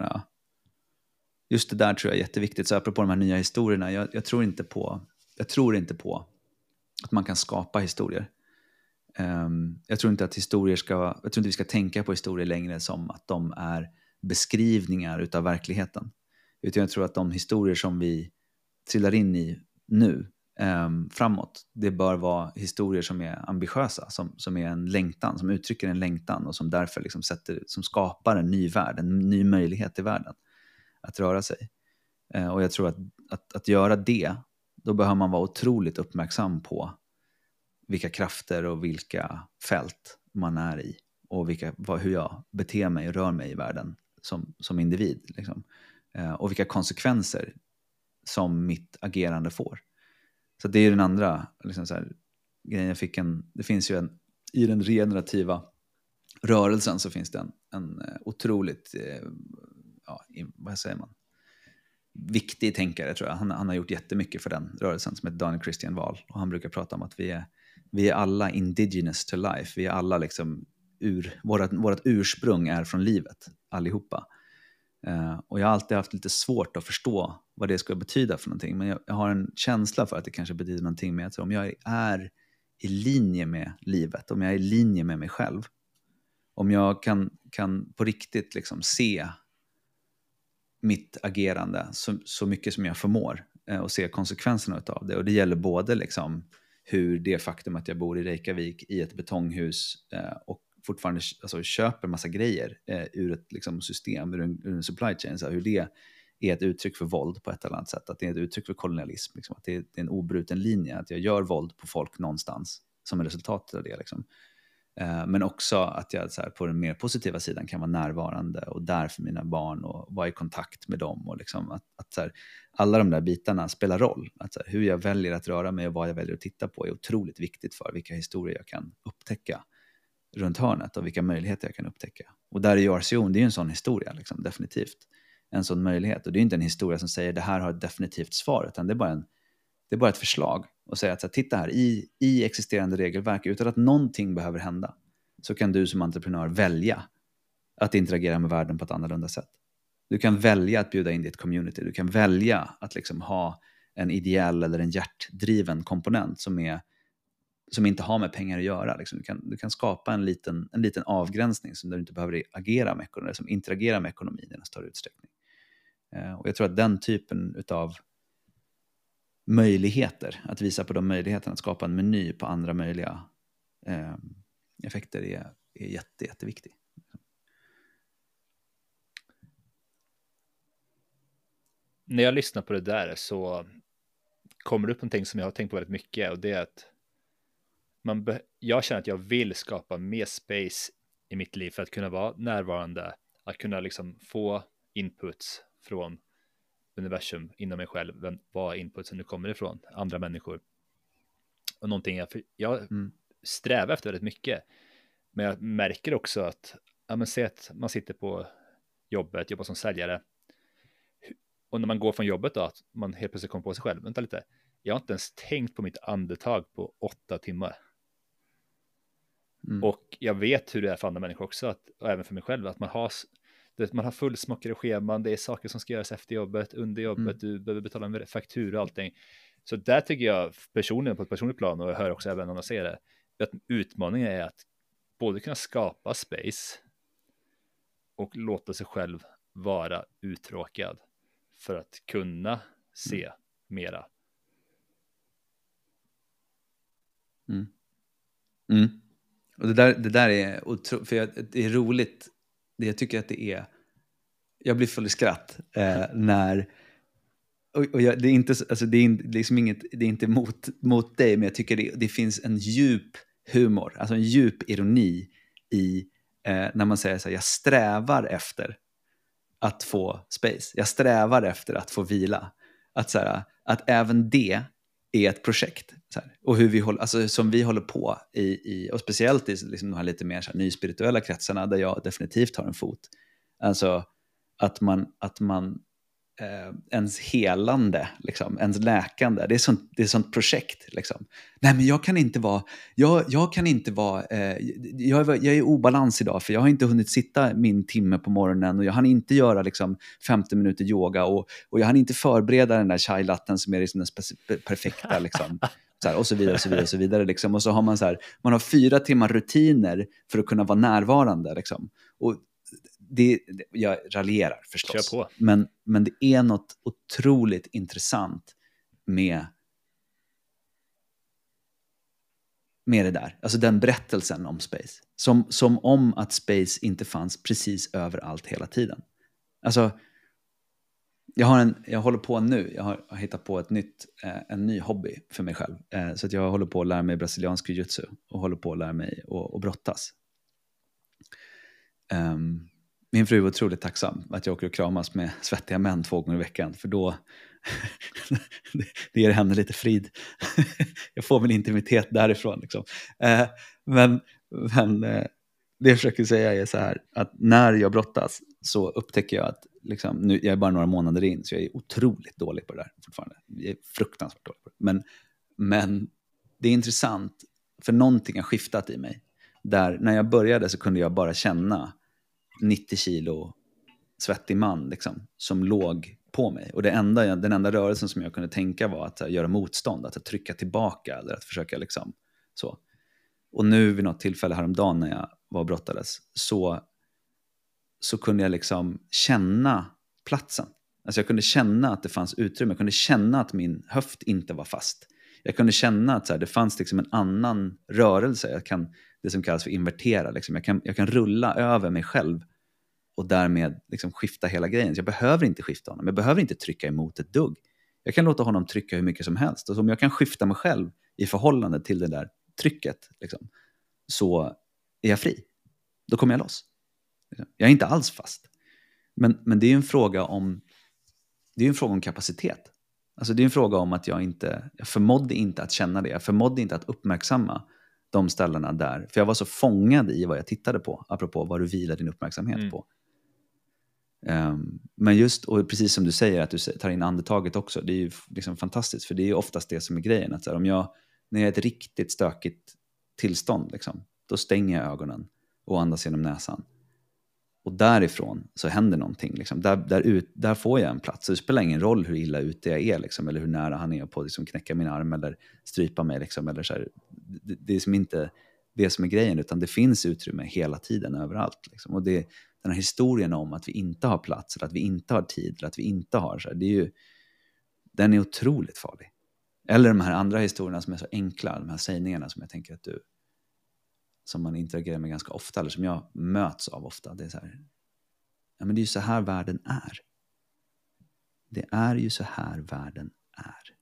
där tror jag är jätteviktigt. Så apropå de här nya historierna, jag tror inte på att man kan skapa historier. Jag tror inte vi ska tänka på historier längre som att de är beskrivningar utav verkligheten. Utan jag tror att de historier som vi trillar in i nu framåt, det bör vara historier som är ambitiösa, som är en längtan, som uttrycker en längtan och som därför liksom som skapar en ny värld, en ny möjlighet i världen att röra sig. Och jag tror att göra det, då behöver man vara otroligt uppmärksam på vilka krafter och vilka fält man är i och hur jag beter mig och rör mig i världen som individ. Liksom. Och vilka konsekvenser som mitt agerande får. Så det är den andra liksom så här, grejen. Det finns ju i den regenerativa rörelsen så finns det en otroligt, vad säger man? viktig tänkare tror jag. Han har gjort jättemycket för den rörelsen som heter Daniel Christian Wahl. Och han brukar prata om att vi är alla indigenous to life. Vi är alla liksom vårat ursprung är från livet, allihopa. Och jag har alltid haft lite svårt att förstå vad det ska betyda för någonting. Men jag har en känsla för att det kanske betyder någonting med att om jag är i linje med livet, om jag är i linje med mig själv, om jag kan på riktigt liksom se mitt agerande så mycket som jag förmår och se konsekvenserna av det. Och det gäller både liksom hur det faktum att jag bor i Reykjavik i ett betonghus och fortfarande alltså, köper massa grejer ur ett liksom, system, ur en supply chain, så hur det är ett uttryck för våld på ett eller annat sätt, att det är ett uttryck för kolonialism, liksom, att det är en obruten linje, att jag gör våld på folk någonstans som är resultatet av det. Liksom. Men också att jag så här, på den mer positiva sidan kan vara närvarande och där för mina barn och vara i kontakt med dem. Och liksom att så här, alla de där bitarna spelar roll. Att så här, hur jag väljer att röra mig och vad jag väljer att titta på är otroligt viktigt för vilka historier jag kan upptäcka runt hörnet och vilka möjligheter jag kan upptäcka. Och där är RCO, det är ju en sån historia, liksom, definitivt. En sån möjlighet. Och det är inte en historia som säger det här har ett definitivt svar, utan det är bara ett förslag. Och säga att så här, titta här, i existerande regelverk, utan att någonting behöver hända, så kan du som entreprenör välja att interagera med världen på ett annorlunda sätt. Du kan välja att bjuda in ditt community. Du kan välja att liksom ha en ideell eller en hjärtdriven komponent som inte har med pengar att göra. Liksom. Du kan skapa en liten avgränsning som du inte behöver agera med ekonomin, som interagerar med ekonomin i en större utsträckning. Och jag tror att den typen av möjligheter, att visa på de möjligheterna, att skapa en meny på andra möjliga effekter är jätteviktig. När jag lyssnar på det där så kommer det upp någonting som jag har tänkt på väldigt mycket, och det är att jag känner att jag vill skapa mer space i mitt liv för att kunna vara närvarande, att kunna liksom få inputs från universum inom mig själv, vad inputsen nu kommer ifrån, andra människor. Och någonting jag strävar efter väldigt mycket. Men jag märker också att, säg att man sitter på jobbet, jobbar som säljare, och när man går från jobbet då, att man helt plötsligt kommer på sig själv, vänta lite, jag har inte ens tänkt på mitt andetag på 8 timmar. Och jag vet hur det är för andra människor också, och även för mig själv, att man har fullsmockade scheman, det är saker som ska göras efter jobbet, under jobbet, du behöver betala en faktura och allting. Så där tycker jag personligen, på ett personligt plan, och jag hör också även när man ser det, att utmaningen är att både kunna skapa space och låta sig själv vara uttråkad för att kunna se mera. Och det där är otroligt, för det är roligt. Jag tycker att det är, jag blir full i skratt när, det är inte, alltså det är liksom inget, det är inte mot dig, men jag tycker det finns en djup humor, alltså en djup ironi i när man säger så här, jag strävar efter att få space, jag strävar efter att få vila, att även det är ett projekt så här. Och hur vi håller, som vi håller på i och speciellt i liksom de här lite mer så här nyspirituella kretsarna, där jag definitivt har en fot, alltså att man ens helande, liksom, ens läkande, det är sånt projekt, liksom. Nej, men jag är i obalans idag, för jag har inte hunnit sitta min timme på morgonen, och jag hann inte göra liksom 50 minuter yoga, och jag hann inte förbereda den där chai-latten som är liksom den perfekta liksom, så här, och så vidare liksom. Och så har man har 4 timmar rutiner för att kunna vara närvarande liksom. Och jag raljerar förstås, men det är något otroligt intressant med det där. Alltså den berättelsen om space. Som om att space inte fanns precis överallt hela tiden. Alltså, jag håller på nu, jag har hittat på en ny hobby för mig själv. Så att jag håller på att lära mig brasiliansk jiu-jitsu och håller på att lära mig att brottas. Min fru var otroligt tacksam att jag åker och kramas med svettiga män 2 gånger i veckan, för då det ger henne lite frid. Jag får min intimitet därifrån liksom. Men det jag försöker säga är så här, att när jag brottas så upptäcker jag att liksom, nu, jag är bara några månader in, så jag är otroligt dålig på det där fortfarande. Jag är fruktansvärt dålig på det. Men det är intressant, för någonting har skiftat i mig. Där när jag började så kunde jag bara känna 90 kilo svettig man liksom, som låg på mig. Och den enda rörelsen som jag kunde tänka var att göra motstånd, att trycka tillbaka eller att försöka liksom så. Och nu vid något tillfälle häromdagen när jag var och brottades så kunde jag liksom känna platsen. Alltså jag kunde känna att det fanns utrymme. Jag kunde känna att min höft inte var fast. Jag kunde känna att så här, det fanns liksom en annan rörelse. Det som kallas för invertera. Liksom. Jag kan rulla över mig själv och därmed liksom skifta hela grejen. Så jag behöver inte skifta honom. Jag behöver inte trycka emot ett dugg. Jag kan låta honom trycka hur mycket som helst. Och om jag kan skifta mig själv i förhållande till det där trycket liksom, så är jag fri. Då kommer jag loss. Jag är inte alls fast. Men det är en fråga om kapacitet. Alltså det är en fråga om att jag förmådde inte att känna det. Jag förmådde inte att uppmärksamma de ställena där. För jag var så fångad i vad jag tittade på. Apropå vad du vilar din uppmärksamhet på. Men just, och precis som du säger, att du tar in andetaget också. Det är ju liksom fantastiskt. För det är ju oftast det som är grejen. Att så här, när jag är i ett riktigt stökigt tillstånd, liksom, då stänger jag ögonen och andas genom näsan. Och därifrån så händer någonting. Liksom. Där får jag en plats. Så det spelar ingen roll hur illa ute jag är. Liksom, eller hur nära han är på att liksom, knäcka min arm eller strypa mig. Liksom, eller så här. Det är som inte det som är grejen. Utan det finns utrymme hela tiden överallt. Liksom. Och den här historien om att vi inte har plats. Eller att vi inte har tid. Eller att vi inte har. Så här, den är otroligt farlig. Eller de här andra historierna som är så enkla. De här sägningarna som jag tänker att som man interagerar med ganska ofta, eller som jag möts av ofta. Det är så här, ja, men det är ju så här världen är. Det är ju så här världen är.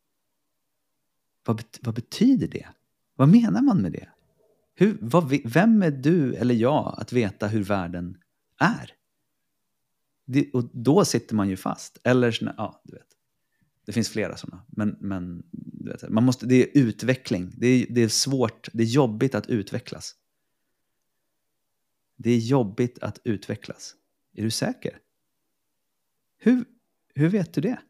Vad betyder det? Vad menar man med det? Vem är du eller jag att veta hur världen är? Och då sitter man ju fast. Eller, ja, du vet. Det finns flera sådana. Men du vet, det är utveckling. Det är svårt. Det är jobbigt att utvecklas. Det är jobbigt att utvecklas. Är du säker? Hur vet du det?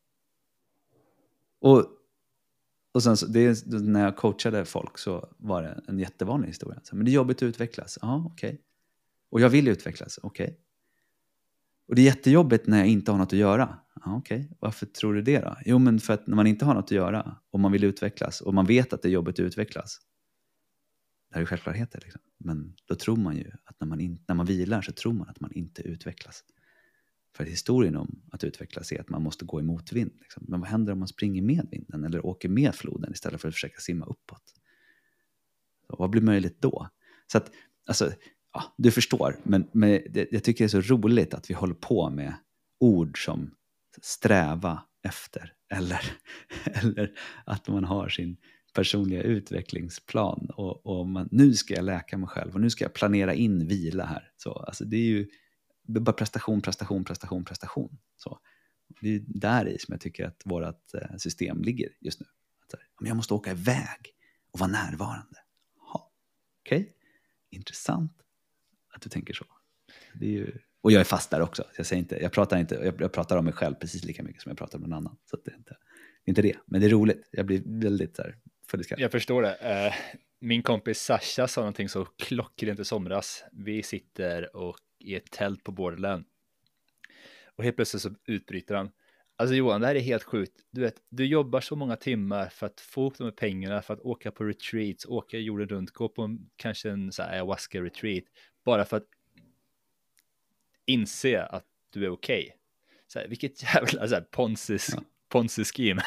Och sen när jag coachade folk så var det en jättevanlig historia. Men det är jobbigt att utvecklas. Ja, okej. Och jag vill utvecklas. Okej. Och det är jättejobbigt när jag inte har något att göra. Ja, okej. Varför tror du det då? Jo, men för att när man inte har något att göra och man vill utvecklas och man vet att det är jobbigt att utvecklas. Det här är självklarheter liksom. Men då tror man ju att när man vilar så tror man att man inte utvecklas. För historien om att utvecklas är att man måste gå i motvind. Liksom. Men vad händer om man springer med vinden eller åker med floden istället för att försöka simma uppåt? Så vad blir möjligt då? Så att, alltså, ja, du förstår. Men jag tycker det är så roligt att vi håller på med ord som sträva efter. Eller att man har sin personliga utvecklingsplan. Och nu ska jag läka mig själv. Och nu ska jag planera in vila här. Så, alltså, det är ju bara prestation. Så. Det är där i som jag tycker att vårt system ligger just nu. Att, jag måste åka iväg och vara närvarande. Okej. Intressant att du tänker så. Det är ju... Och jag är fast där också. Jag pratar om mig själv precis lika mycket som jag pratar om någon annan. Så det är inte det. Men det är roligt. Jag blir väldigt så här för Jag förstår det. Min kompis Sasha sa någonting så klockrent i somras. Vi sitter i ett tält på Borderland. Och helt plötsligt så utbryter han. Alltså Johan, det här är helt sjukt. Du vet, du jobbar så många timmar för att få upp de här pengarna, för att åka på retreats, åka jorden runt, gå på kanske en så här ayahuasca retreat, bara för att inse att du är okej. Så här, vilket jävla så här, Ponzi scheme.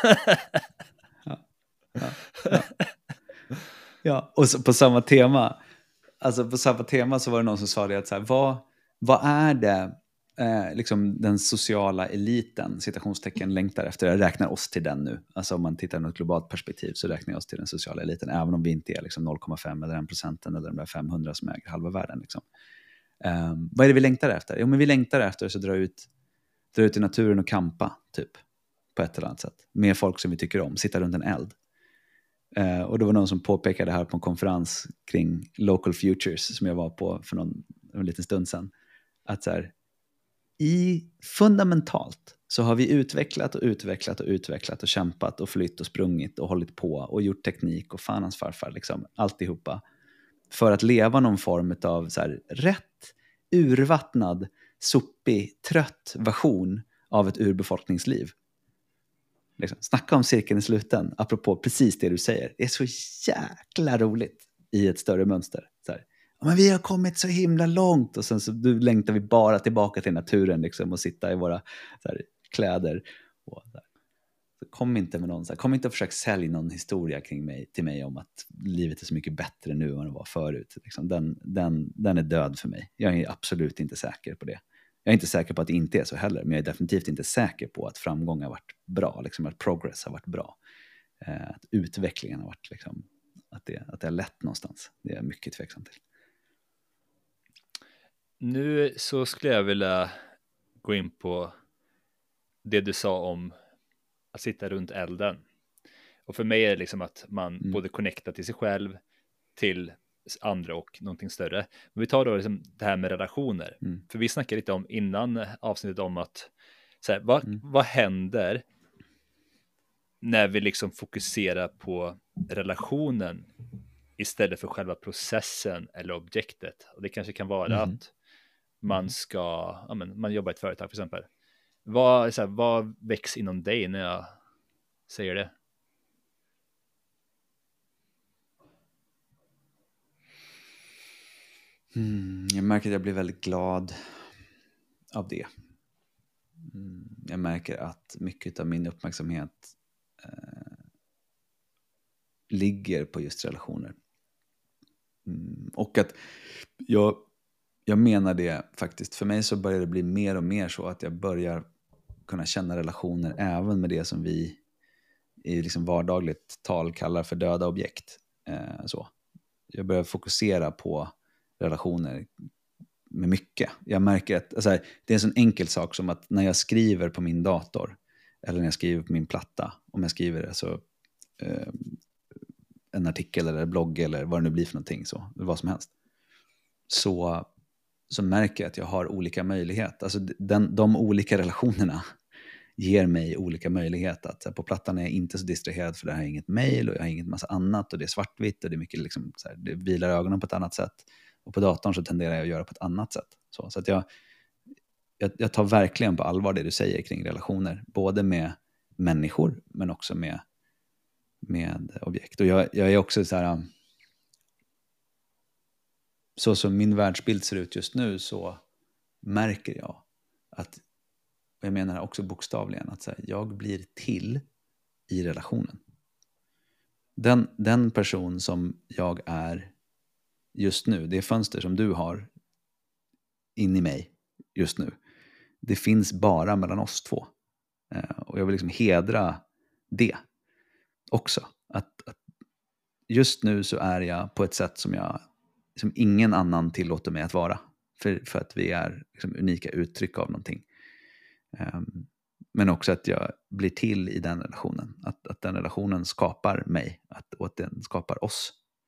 Ja, och så, på samma tema. Alltså på samma tema så var det någon som sa det att så här, vad är det liksom den sociala eliten, citationstecken, längtar efter? Jag räknar oss till den nu. Alltså om man tittar i något globalt perspektiv så räknar jag oss till den sociala eliten, även om vi inte är liksom 0,5 eller 1% eller de där 500 som äger halva världen. Liksom. Vad är det vi längtar efter? Jo, men vi längtar efter att dra ut i naturen och kampa, typ, på ett eller annat sätt. Med folk som vi tycker om, sitta runt en eld. Och det var någon som påpekade här på en konferens kring Local Futures som jag var på för en liten stund sedan. Att så här, fundamentalt så har vi utvecklat och kämpat och flytt och sprungit och hållit på och gjort teknik och fan hans farfar, liksom, alltihopa. För att leva någon form av så här, rätt urvattnad, sopig, trött version av ett urbefolkningsliv. Liksom, snacka om cirkeln i sluten, apropå precis det du säger. Det är så jäkla roligt i ett större mönster. Så här, men vi har kommit så himla långt och sen så längtar vi bara tillbaka till naturen liksom, och sitta i våra så här, kläder. Och, så här. Så kom inte med någon, så här, kom inte och försök sälja någon historia till mig om att livet är så mycket bättre nu än det var förut. Liksom, den är död för mig. Jag är absolut inte säker på det. Jag är inte säker på att det inte är så heller, men jag är definitivt inte säker på att framgång har varit bra, liksom, att progress har varit bra. Att utvecklingen har varit, liksom, att det har lett någonstans. Det är jag mycket tveksam till. Nu så skulle jag vilja gå in på det du sa om att sitta runt elden. Och för mig är det liksom att man både connectar till sig själv, till andra och någonting större. Men vi tar då liksom det här med relationer. För vi snackade lite om innan avsnittet om att så här, vad händer när vi liksom fokuserar på relationen istället för själva processen eller objektet. Och det kanske kan vara att man ska, man jobbar i ett företag för exempel. Vad väcks inom dig när jag säger det? Jag märker att jag blir väldigt glad av det. Jag märker att mycket av min uppmärksamhet ligger på just relationer. Och att jag menar det faktiskt. För mig så börjar det bli mer och mer så att jag börjar kunna känna relationer även med det som vi i liksom vardagligt tal kallar för döda objekt. Så. Jag börjar fokusera på relationer med mycket. Jag märker att alltså, det är en sån enkel sak som att när jag skriver på min dator eller när jag skriver på min platta, om jag skriver alltså, en artikel eller blogg eller vad det nu blir för någonting, så, eller vad som helst, så märker jag att jag har olika möjligheter. Alltså de olika relationerna ger mig olika möjligheter. Att, så här, på plattan är jag inte så distraherad för det här är inget mejl och jag har inget massa annat och det är svartvitt och det är mycket liksom, så här, det vilar ögonen på ett annat sätt. Och på datorn så tenderar jag att göra på ett annat sätt. Så att jag tar verkligen på allvar det du säger kring relationer. Både med människor men också med objekt. Och jag är också så här, så som min världsbild ser ut just nu så märker jag att, och jag menar också bokstavligen, att så här, jag blir till i relationen. Den person som jag är just nu, det fönster som du har in i mig just nu, det finns bara mellan oss två. Och jag vill liksom hedra det också. Att just nu så är jag på ett sätt som ingen annan tillåter mig att vara. För att vi är liksom unika uttryck av någonting. Men också att jag blir till i den relationen. Att den relationen skapar mig. Och att den skapar oss.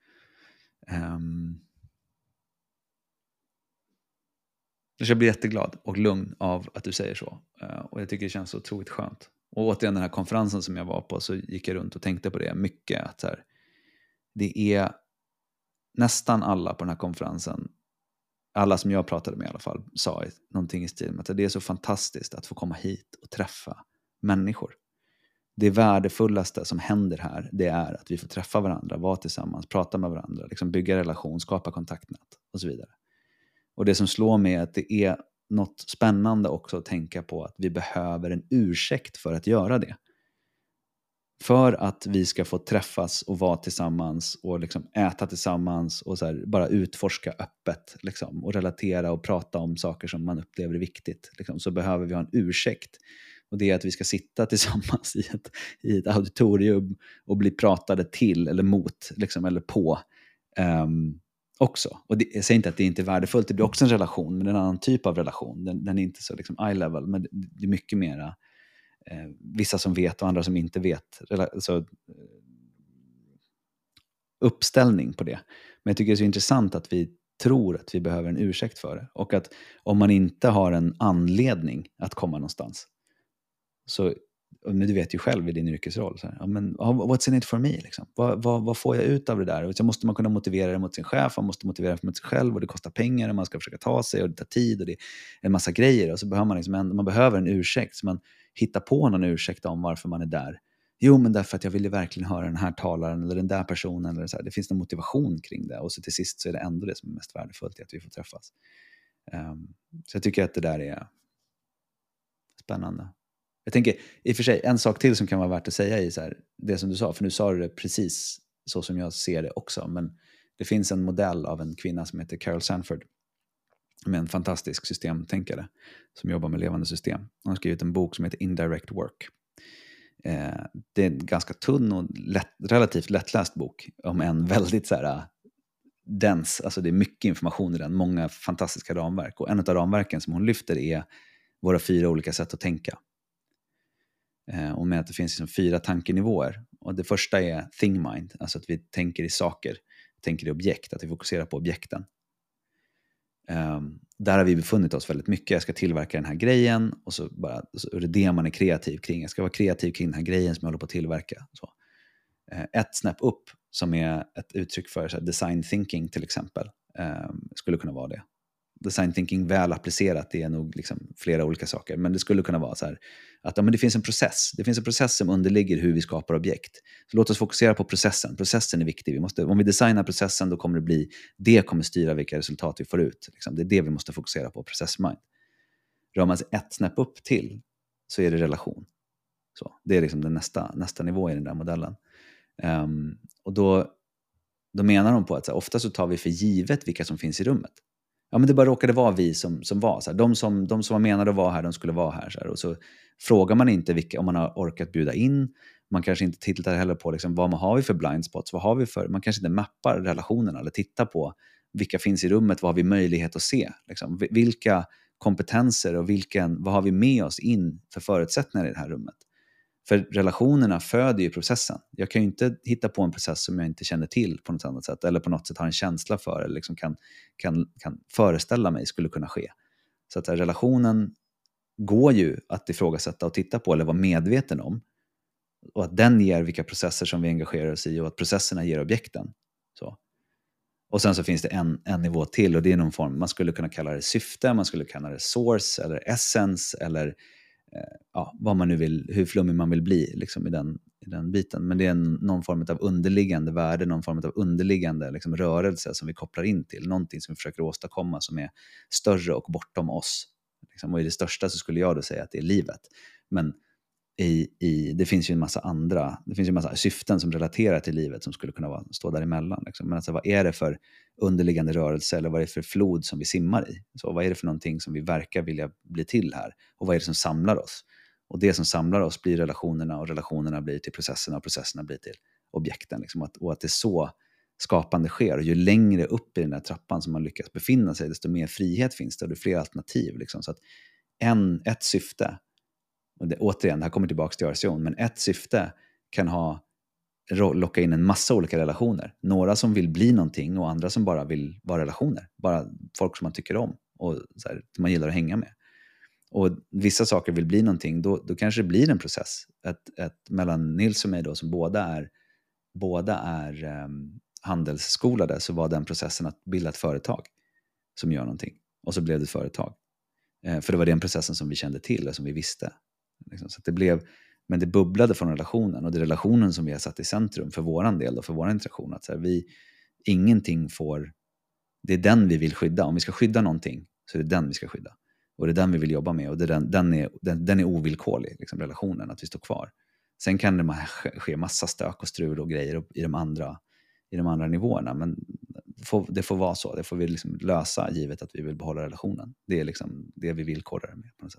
Så jag blir jätteglad och lugn av att du säger så. Och jag tycker det känns så otroligt skönt. Och återigen den här konferensen som jag var på, så gick jag runt och tänkte på det mycket. Att så här, det är nästan alla på den här konferensen, alla som jag pratade med i alla fall, sa någonting i stil med att det är så fantastiskt att få komma hit och träffa människor. Det värdefullaste som händer här, det är att vi får träffa varandra, vara tillsammans, prata med varandra, liksom bygga relation, skapa kontaktnät och så vidare. Och det som slår mig är att det är något spännande också att tänka på att vi behöver en ursäkt för att göra det. För att vi ska få träffas och vara tillsammans och liksom äta tillsammans och så här, bara utforska öppet liksom, och relatera och prata om saker som man upplever är viktigt. Liksom, så behöver vi ha en ursäkt. Och det är att vi ska sitta tillsammans i ett auditorium och bli pratade till eller mot liksom, eller på också. Och jag säger inte att det inte är värdefullt, det blir också en relation, men det är en annan typ av relation. Den är inte så liksom, eye level, men det är mycket mera vissa som vet och andra som inte vet, alltså, uppställning på det. Men jag tycker det är så intressant att vi tror att vi behöver en ursäkt för det. Och att om man inte har en anledning att komma någonstans, så, men du vet ju själv i din yrkesroll, så här, ja, men, what's in it for me? Liksom? Vad får jag ut av det där? Och så måste man kunna motivera det mot sin chef, man måste motivera det mot sig själv, och det kostar pengar, och man ska försöka ta sig, och det tar tid, och det är en massa grejer. Och så behöver man, man behöver en ursäkt, så man hittar på någon ursäkt om varför man är där. Jo, men därför att jag ville verkligen höra den här talaren eller den där personen. Eller så här. Det finns en motivation kring det. Och så till sist så är det ändå det som är mest värdefullt, i att vi får träffas. Så jag tycker att det där är spännande. Jag tänker, i och för sig, en sak till som kan vara värt att säga i så här, det som du sa. För nu sa du det precis så som jag ser det också. Men det finns en modell av en kvinna som heter Carol Sanford. Med en fantastisk systemtänkare som jobbar med levande system. Hon har skrivit en bok som heter Indirect Work. Det är en ganska tunn och relativt lättläst bok, om en väldigt så här dens, alltså det är mycket information i den, många fantastiska ramverk, och en av ramverken som hon lyfter är våra 4 olika sätt att tänka. Och med att det finns liksom 4 tankenivåer, och det första är thing mind, alltså att vi tänker i saker, tänker i objekt, att vi fokuserar på objekten. Där har vi befunnit oss väldigt mycket. Jag ska tillverka den här grejen, och så är det det man är kreativ kring. Jag ska vara kreativ kring den här grejen som jag håller på att tillverka. Så. Ett snäpp upp, som är ett uttryck för så här, design thinking till exempel, skulle kunna vara det. Design thinking väl applicerat, det är nog liksom flera olika saker, men det skulle kunna vara så här att men det finns en process. Det finns en process som underligger hur vi skapar objekt. Så låt oss fokusera på processen. Processen är viktig. Om vi designar processen, då kommer det kommer styra vilka resultat vi får ut. Liksom. Det är det vi måste fokusera på, processmind. Rör man sig ett snäpp upp till, så är det relation. Så, det är liksom den nästa nivå i den där modellen. Och då menar de på att så här, ofta så tar vi för givet vilka som finns i rummet. Ja, men det bara råkade vara vi som var. Så här, de som var menade att vara här, de skulle vara här. Så här, och så frågar man inte om man har orkat bjuda in. Man kanske inte tittar heller på liksom, vad man har vi för blind spots. Man kanske inte mappar relationerna eller tittar på vilka finns i rummet. Vad har vi möjlighet att se? Liksom, vilka kompetenser och vad har vi med oss in för förutsättningar i det här rummet? För relationerna föder ju processen. Jag kan ju inte hitta på en process som jag inte känner till på något annat sätt, eller på något sätt har en känsla för, eller liksom kan föreställa mig skulle kunna ske. Så att relationen går ju att ifrågasätta och titta på, eller vara medveten om. Och att den ger vilka processer som vi engagerar oss i, och att processerna ger objekten. Så. Och sen så finns det en nivå till, och det är någon form, man skulle kunna kalla det syfte, man skulle kalla det source eller essence, eller vad man nu vill, hur flummig man vill bli liksom, i den biten. Men det är någon form av underliggande värde, någon form av underliggande liksom, rörelse som vi kopplar in till, någonting som vi försöker åstadkomma som är större och bortom oss. Liksom. Och i det största så skulle jag då säga att det är livet. Men det finns ju en massa syften som relaterar till livet som skulle kunna stå däremellan. Liksom. Men alltså, vad är det för underliggande rörelse, eller vad är det för flod som vi simmar i? Så vad är det för någonting som vi verkar vilja bli till här? Och vad är det som samlar oss? Och det som samlar oss blir relationerna, och relationerna blir till processerna, och processerna blir till objekten. Liksom. Och att det är så skapande sker. Och ju längre upp i den här trappan som man lyckas befinna sig, desto mer frihet finns det, och det är fler alternativ. Liksom. Så att ett syfte, och återigen, det här kommer tillbaka till RCO, men ett syfte kan locka in en massa olika relationer. Några som vill bli någonting, och andra som bara vill vara relationer. Bara folk som man tycker om och så här, som man gillar att hänga med. Och vissa saker vill bli någonting, då kanske det blir en process. Mellan Nils och mig då, som båda är handelsskolade, så var den processen att bilda ett företag som gör någonting. Och så blev det ett företag. För det var den processen som vi kände till och som vi visste. Liksom, så att men det bubblade från relationen, och det är relationen som vi har satt i centrum för våran del och för vår interaktion. Att så här, det är den vi vill skydda. Om vi ska skydda någonting, så är det den vi ska skydda. Och det är den vi vill jobba med, och den är ovillkorlig, liksom, relationen, att vi står kvar. Sen kan det ske massa stök och strul och grejer i de andra nivåerna, men det får vara så. Det får vi liksom lösa, givet att vi vill behålla relationen. Det är liksom det vi villkorar med på något sätt.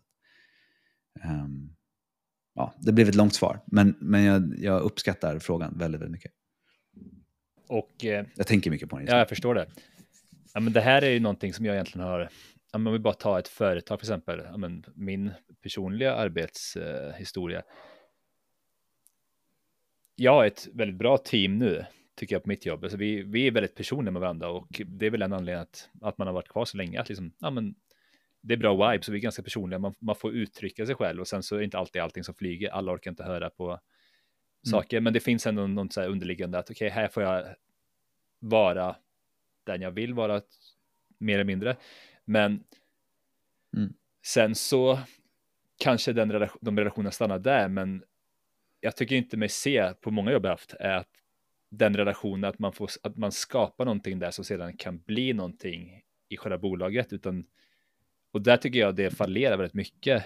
Det blev ett långt svar, men jag uppskattar frågan väldigt, väldigt mycket. Och jag tänker mycket på den. Ja, jag förstår det. Ja, men det här är ju någonting som jag egentligen har. Om vi bara tar ett företag för exempel, min personliga arbetshistoria. Jag har ett väldigt bra team nu tycker jag, på mitt jobb. Alltså vi är väldigt personliga med varandra och det är väl en anledning att man har varit kvar så länge. Att liksom, ja, men det är bra vibe, så vi är ganska personliga. Man får uttrycka sig själv och sen så är det inte alltid allting som flyger. Alla orkar inte höra på saker, men det finns ändå något så här underliggande att okej, här får jag vara den jag vill vara, mer eller mindre. Men sen så kanske de relationerna stannar där, men jag tycker inte mig se på många jobb jag haft är att den relationen, att man skapar någonting där som sedan kan bli någonting i själva bolaget, och där tycker jag det fallerar väldigt mycket.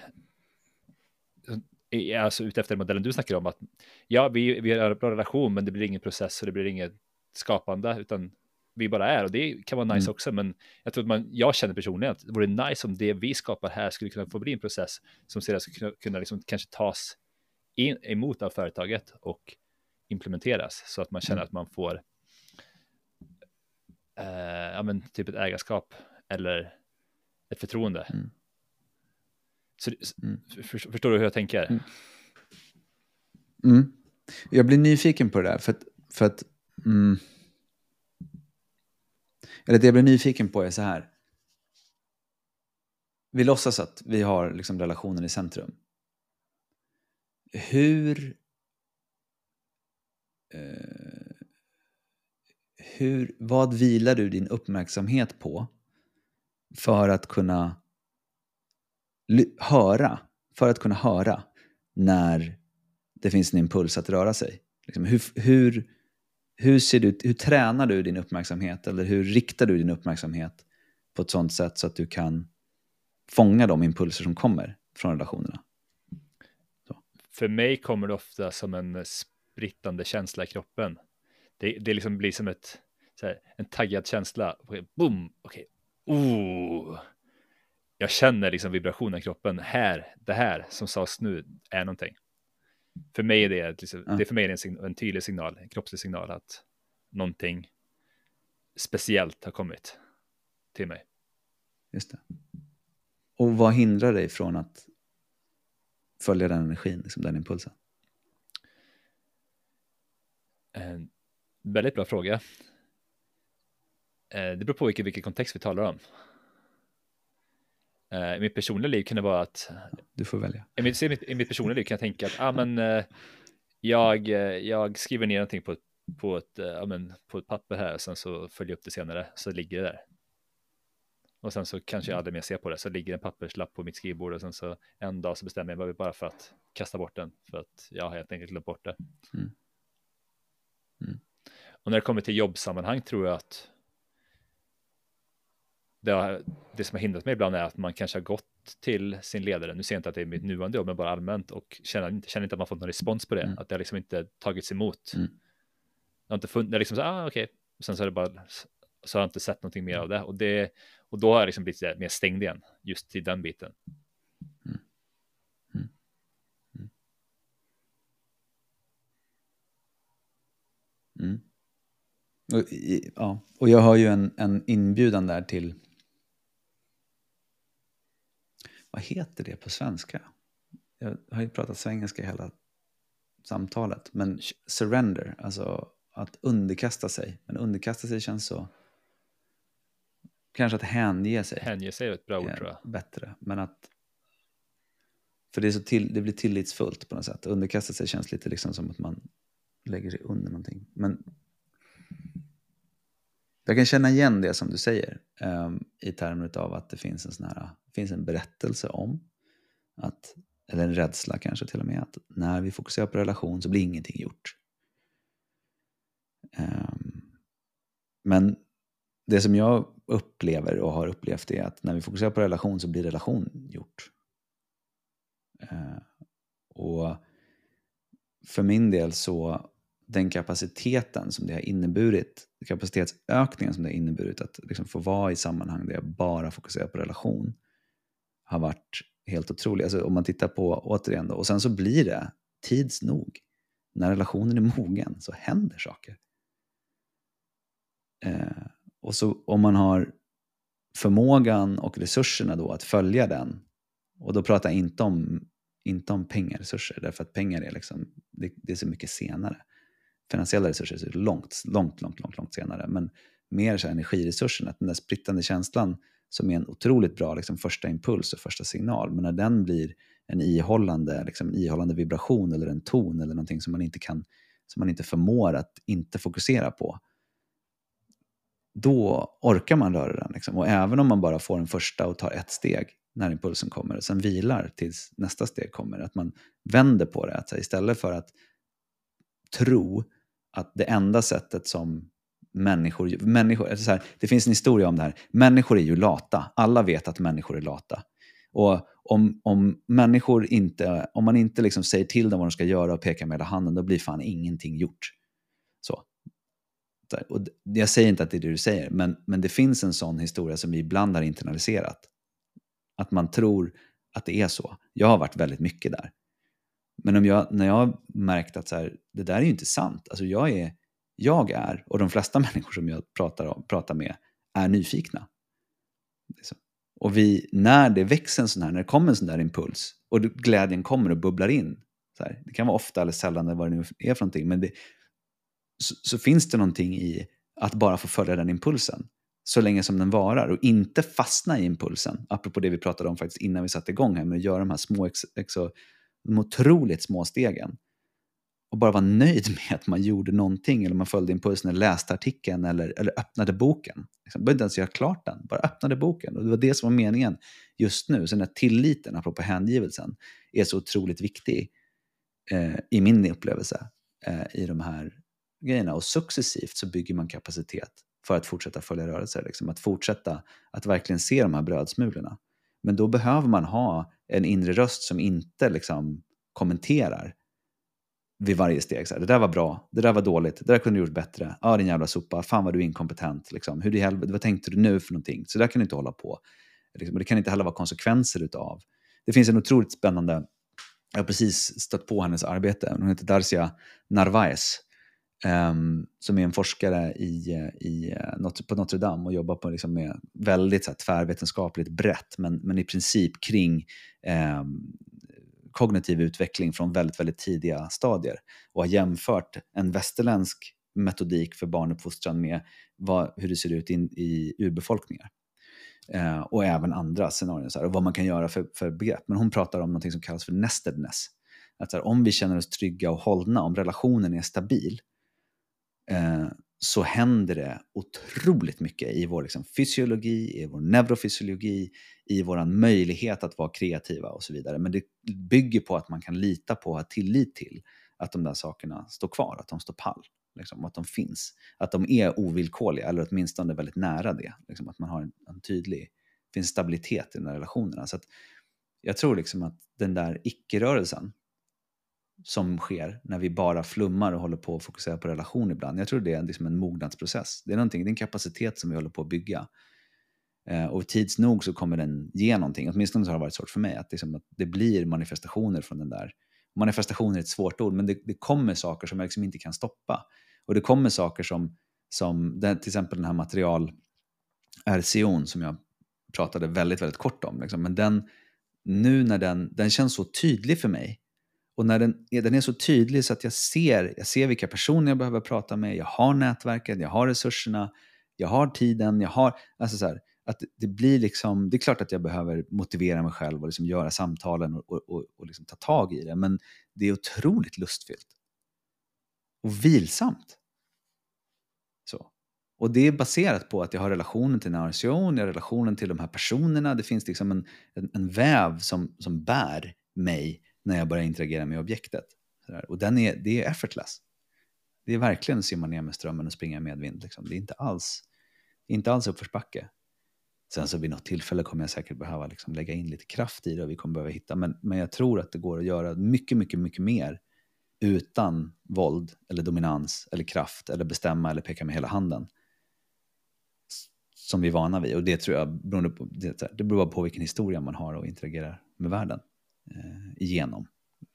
Alltså utefter modellen du snackar om, att ja, vi har en bra relation, men det blir ingen process och det blir inget skapande, utan vi bara är, och det kan vara nice också, men jag tror att jag känner personligen att det vore nice om det vi skapar här skulle kunna få bli en process som sedan skulle kunna liksom kanske tas emot av företaget och implementeras, så att man känner att man får typ ett ägarskap eller ett förtroende. Så, förstår du hur jag tänker? Jag blir nyfiken på det där, för att eller det jag blir nyfiken på är så här. Vi låtsas att vi har liksom relationen i centrum. Vad vilar du din uppmärksamhet på för att kunna höra när det finns en impuls att röra sig? Liksom, hur tränar du din uppmärksamhet, eller hur riktar du din uppmärksamhet på ett sånt sätt så att du kan fånga de impulser som kommer från relationerna? Så. För mig kommer det ofta som en sprittande känsla i kroppen. Det liksom blir som en taggad känsla. Boom, okej. Jag känner liksom vibrationen i kroppen. Det här som sades nu är någonting. För mig är det liksom, det är för mig en tydlig signal, en kroppslig signal att någonting speciellt har kommit till mig. Just det. Och vad hindrar dig från att följa den energin, liksom den impulsen? En väldigt bra fråga. Det beror på vilken kontext vi talar om. I mitt personliga liv kan det vara att... Du får välja. I mitt personliga liv kan jag tänka att jag skriver ner någonting på ett papper här, och sen så följer jag upp det senare, så ligger det där. Och sen så kanske jag aldrig mer ser på det, så ligger en papperslapp på mitt skrivbord, och sen så en dag så bestämmer jag mig bara för att kasta bort den, för att jag har helt enkelt glömt bort det. Och när det kommer till jobbsammanhang tror jag att det som har hindrat mig ibland är att man kanske har gått till sin ledare. Nu ser jag inte att det är mitt nuvarande jobb, men bara allmänt, och känner inte att man fått någon respons på det. Att det har liksom inte tagits emot. Jag har inte funnit, det är liksom så, okej. Sen så har jag inte sett någonting mer av det. Och då har jag liksom blivit mer stängd igen, just till den biten. Och jag har ju en inbjudan där till, vad heter det på svenska? Jag har ju pratat svengelska hela samtalet, men surrender, alltså att underkasta sig. Men underkasta sig känns så, kanske att hänge sig. Hänge sig är ett bra ord, tror jag. Bättre, men att, för det är det blir tillitsfullt på något sätt. Underkasta sig känns lite liksom som att man lägger sig under någonting. Men jag kan känna igen det som du säger, i termer av att det finns en berättelse om att, eller en rädsla kanske till och med, att när vi fokuserar på relation så blir ingenting gjort. Men det som jag upplever och har upplevt är att när vi fokuserar på relation så blir relation gjort. Och för min del så, den kapaciteten som det har inneburit, kapacitetsökningen som det har inneburit att liksom få vara i sammanhang där jag bara fokuserar på relation, har varit helt otrolig. Alltså om man tittar på, återigen då, och sen så blir det tids nog, när relationen är mogen så händer saker. Och så om man har förmågan och resurserna då att följa den, och då pratar jag inte om pengaresurser, därför att pengar är liksom, det är så mycket senare. finansiella resurser så är det långt senare. Men mer så energiresursen, att den där sprittande känslan som är en otroligt bra liksom, första impuls och första signal, men när den blir en ihållande vibration eller en ton eller någonting som man inte förmår att inte fokusera på, då orkar man röra den. Liksom. Och även om man bara får en första och tar ett steg när impulsen kommer och sen vilar tills nästa steg kommer, att man vänder på det. Att istället för att tro att det enda sättet som människor så här, det finns en historia om det här. Människor är ju lata. Alla vet att människor är lata. Och om man inte liksom säger till dem vad de ska göra och pekar med hela handen, då blir fan ingenting gjort. Så. Och jag säger inte att det är det du säger, men det finns en sån historia som vi ibland har internaliserat. Att man tror att det är så. Jag har varit väldigt mycket där. Men när jag har märkt att så här, det där är ju inte sant. Alltså jag är, och de flesta människor som jag pratar med är nyfikna. Och när det växer en sån här, när det kommer en sån där impuls och glädjen kommer och bubblar in, så här, det kan vara ofta eller sällan eller vad det nu är för någonting, men så finns det någonting i att bara få följa den impulsen så länge som den varar och inte fastna i impulsen, apropå det vi pratade om faktiskt innan vi satte igång här med att göra de här de otroligt små stegen och bara vara nöjd med att man gjorde någonting eller man följde impulsen eller läste artikeln eller öppnade boken. Jag behövde inte ens göra klart den, bara öppnade boken, och det var det som var meningen just nu. Så den här tilliten, apropå hängivelsen, är så otroligt viktig i min upplevelse i de här grejerna, och successivt så bygger man kapacitet för att fortsätta följa rörelser, liksom. Att fortsätta att verkligen se de här brödsmulorna. Men då behöver man ha en inre röst som inte liksom kommenterar vid varje steg. Så här, det där var bra, det där var dåligt, det där kunde du gjort bättre. Ja, din jävla sopa, fan vad du är inkompetent. Liksom. Hur i helvete, vad tänkte du nu för någonting? Så där kan du inte hålla på. Liksom, och det kan inte heller vara konsekvenser utav. Det finns en otroligt spännande, jag har precis stött på hennes arbete. Hon heter Darcia Narvaez. Som är en forskare på Notre Dame och jobbar på liksom med väldigt så här, tvärvetenskapligt brett, men i princip kring kognitiv utveckling från väldigt, väldigt tidiga stadier, och har jämfört en västerländsk metodik för barnuppfostran med hur det ser ut i urbefolkningar. Och även andra scenarier så här, och vad man kan göra för begrepp. Men hon pratar om något som kallas för nestedness. Att så här, om vi känner oss trygga och hållna, om relationen är stabil, så händer det otroligt mycket i vår liksom, fysiologi, i vår neurofysiologi, i vår möjlighet att vara kreativa och så vidare. Men det bygger på att man kan lita på, ha tillit till att de där sakerna står kvar, att de står pall, liksom, att de finns, att de är ovillkorliga eller åtminstone väldigt nära det, liksom, att man har en tydlig, finns stabilitet i de här relationerna. Så att jag tror liksom att den där icke-rörelsen som sker när vi bara flummar och håller på att fokusera på relation ibland. Jag tror det är liksom en mognadsprocess. Det är en kapacitet som vi håller på att bygga. Och tids nog så kommer den ge någonting. Åtminstone så har det varit svårt för mig att det blir manifestationer från den där. Manifestationer är ett svårt ord, men det kommer saker som jag liksom inte kan stoppa. Och det kommer saker som till exempel den här material RCO'n som jag pratade väldigt, väldigt kort om. Liksom. Men när den känns så tydlig för mig. Och när den är så tydlig så att jag ser vilka personer jag behöver prata med, jag har nätverket, jag har resurserna, jag har tiden, jag har, alltså så här, att det blir liksom, det är klart att jag behöver motivera mig själv och liksom göra samtalen och liksom ta tag i det, men det är otroligt lustfyllt och vilsamt. Så. Och det är baserat på att jag har relationen till Narcion, jag har relationen till de här personerna, det finns liksom en väv som bär mig när jag börjar interagera med objektet. Och det är effortless. Det är verkligen simma ner med strömmen och springa i medvind. Liksom. Det är inte alls uppförsbacke. Sen så vid något tillfälle kommer jag säkert behöva liksom lägga in lite kraft i det och vi kommer behöva hitta. Men jag tror att det går att göra mycket, mycket, mycket mer utan våld eller dominans eller kraft eller bestämma eller peka med hela handen. Som vi är vana vid. Och det tror jag det beror på vilken historia man har och interagerar med världen igenom.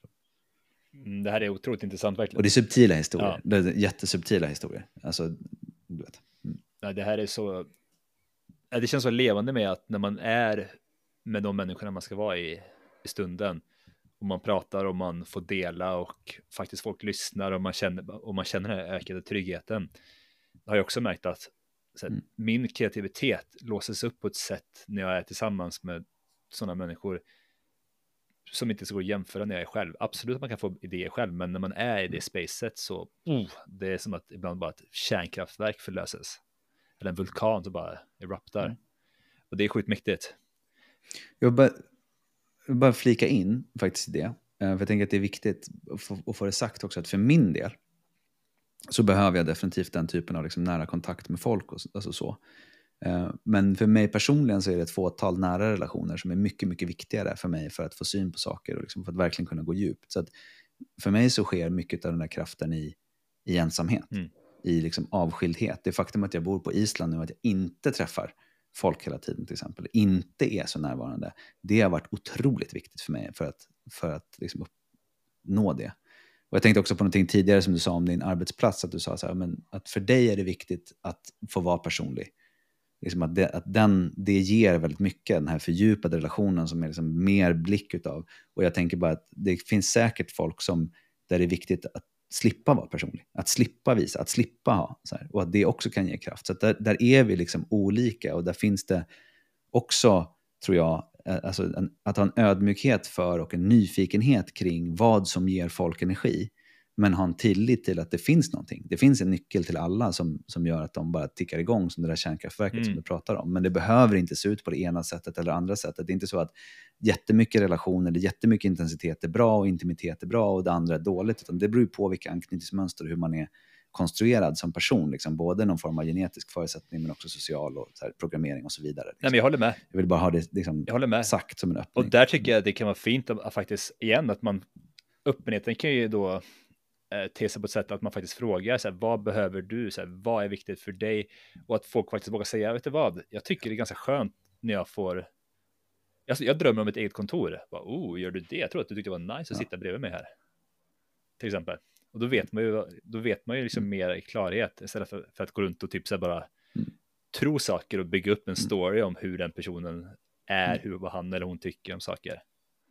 Det här är otroligt intressant verkligen. Och det är subtila historier. Ja. Det är jättesubtila historier. Alltså, du vet. Ja, det här är så... Det känns så levande med att när man är med de människorna man ska vara i stunden och man pratar och man får dela och faktiskt folk lyssnar och man känner den här ökade tryggheten. Jag har jag också märkt att så här, min kreativitet låses upp på ett sätt när jag är tillsammans med sådana människor som inte så går att jämföra när jag är själv. Absolut att man kan få idéer själv, men när man är i det spacet så det är som att ibland bara ett kärnkraftverk förlöses. Eller en vulkan som bara eruptar. Och det är sjukt mäktigt. Jag vill bara flika in faktiskt i det. För jag tänker att det är viktigt att få det sagt också, att för min del så behöver jag definitivt den typen av liksom nära kontakt med folk och alltså så. Men för mig personligen så är det ett fåtal nära relationer som är mycket, mycket viktigare för mig för att få syn på saker och liksom för att verkligen kunna gå djupt. Så att för mig så sker mycket av den där kraften i ensamhet, i liksom avskildhet. Det faktum att jag bor på Island nu och att jag inte träffar folk hela tiden till exempel, inte är så närvarande, det har varit otroligt viktigt för mig för att liksom nå det. Och jag tänkte också på någonting tidigare som du sa om din arbetsplats, att du sa så här, men att för dig är det viktigt att få vara personlig. Liksom att det ger väldigt mycket, den här fördjupade relationen som är liksom mer blick utav. Och jag tänker bara att det finns säkert folk där det är viktigt att slippa vara personlig, att slippa visa, att slippa ha så här, och att det också kan ge kraft. Så att där är vi liksom olika, och där finns det också, tror jag, alltså att ha en ödmjukhet för och en nyfikenhet kring vad som ger folk energi, men ha en tillit till att det finns någonting. Det finns en nyckel till alla som gör att de bara tickar igång, som det där kärnkraftverket som du pratar om. Men det behöver inte se ut på det ena sättet eller andra sättet. Det är inte så att jättemycket relation eller jättemycket intensitet är bra och intimitet är bra och det andra är dåligt. Utan det beror ju på vilka anknytningsmönster och hur man är konstruerad som person. Liksom. Både någon form av genetisk förutsättning men också social och så här, programmering och så vidare. Liksom. Nej, men jag håller med. Jag vill bara ha det liksom, jag håller med. Sagt som en öppning. Och där tycker jag det kan vara fint att faktiskt, igen, att man, öppenheten kan ju då te sig på ett sätt att man faktiskt frågar så här, vad behöver du, så här, vad är viktigt för dig, och att folk faktiskt vågar säga, vet du vad, jag tycker det är ganska skönt när jag får, jag drömmer om ett eget kontor, bara, gör du det, jag tror att du tyckte det var nice att sitta bredvid mig här till exempel, och då vet man ju liksom mer i klarhet istället för att gå runt och typ så här bara tro saker och bygga upp en story om hur den personen är, vad han eller hon tycker om saker.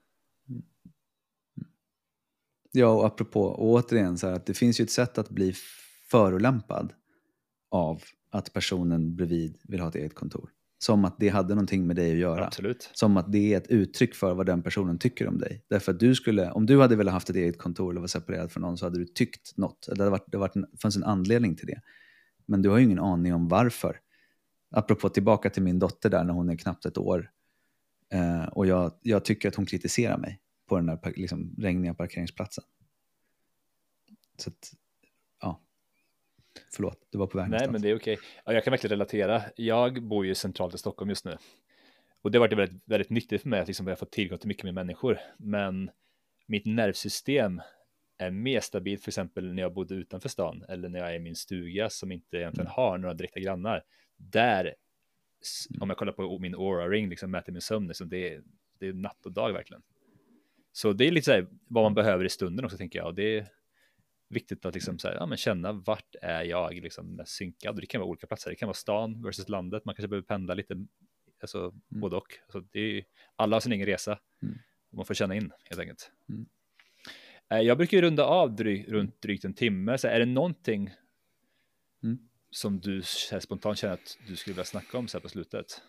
Ja, och apropå, och återigen så här, att det finns ju ett sätt att bli förolämpad av att personen bredvid vill ha ett eget kontor. Som att det hade någonting med dig att göra. Absolut. Som att det är ett uttryck för vad den personen tycker om dig. Därför att om du hade velat haft ett eget kontor eller var separerad från någon, så hade du tyckt något. Eller det fanns en anledning till det. Men du har ju ingen aning om varför. Apropå tillbaka till min dotter där när hon är knappt ett år. Och jag tycker att hon kritiserar mig på den där liksom, regniga parkeringsplatsen. Så att, ja. Förlåt, du var på väg någonstans. Nej, men det är okej. Ja, jag kan verkligen relatera. Jag bor ju centralt i Stockholm just nu. Och det har varit väldigt, väldigt nyttigt för mig att liksom, jag har fått tillgång till mycket mer människor. Men mitt nervsystem är mer stabilt för exempel när jag bodde utanför stan. Eller när jag är i min stuga som inte egentligen har några direkta grannar. Där, om jag kollar på min Oura-ring, liksom, mäter min sömn. Liksom, det är natt och dag verkligen. Så det är lite så här, vad man behöver i stunden också, tänker jag. Och det är viktigt att liksom så här, men känna vart är jag liksom synkad. Och det kan vara olika platser. Det kan vara stan versus landet. Man kanske behöver pendla lite, alltså både och. Alltså, det är, alla har sin egen resa. Och man får känna in helt enkelt. Jag brukar ju runda av runt drygt en timme. Så är det någonting som du här, spontant känner att du skulle vilja snacka om så här på slutet?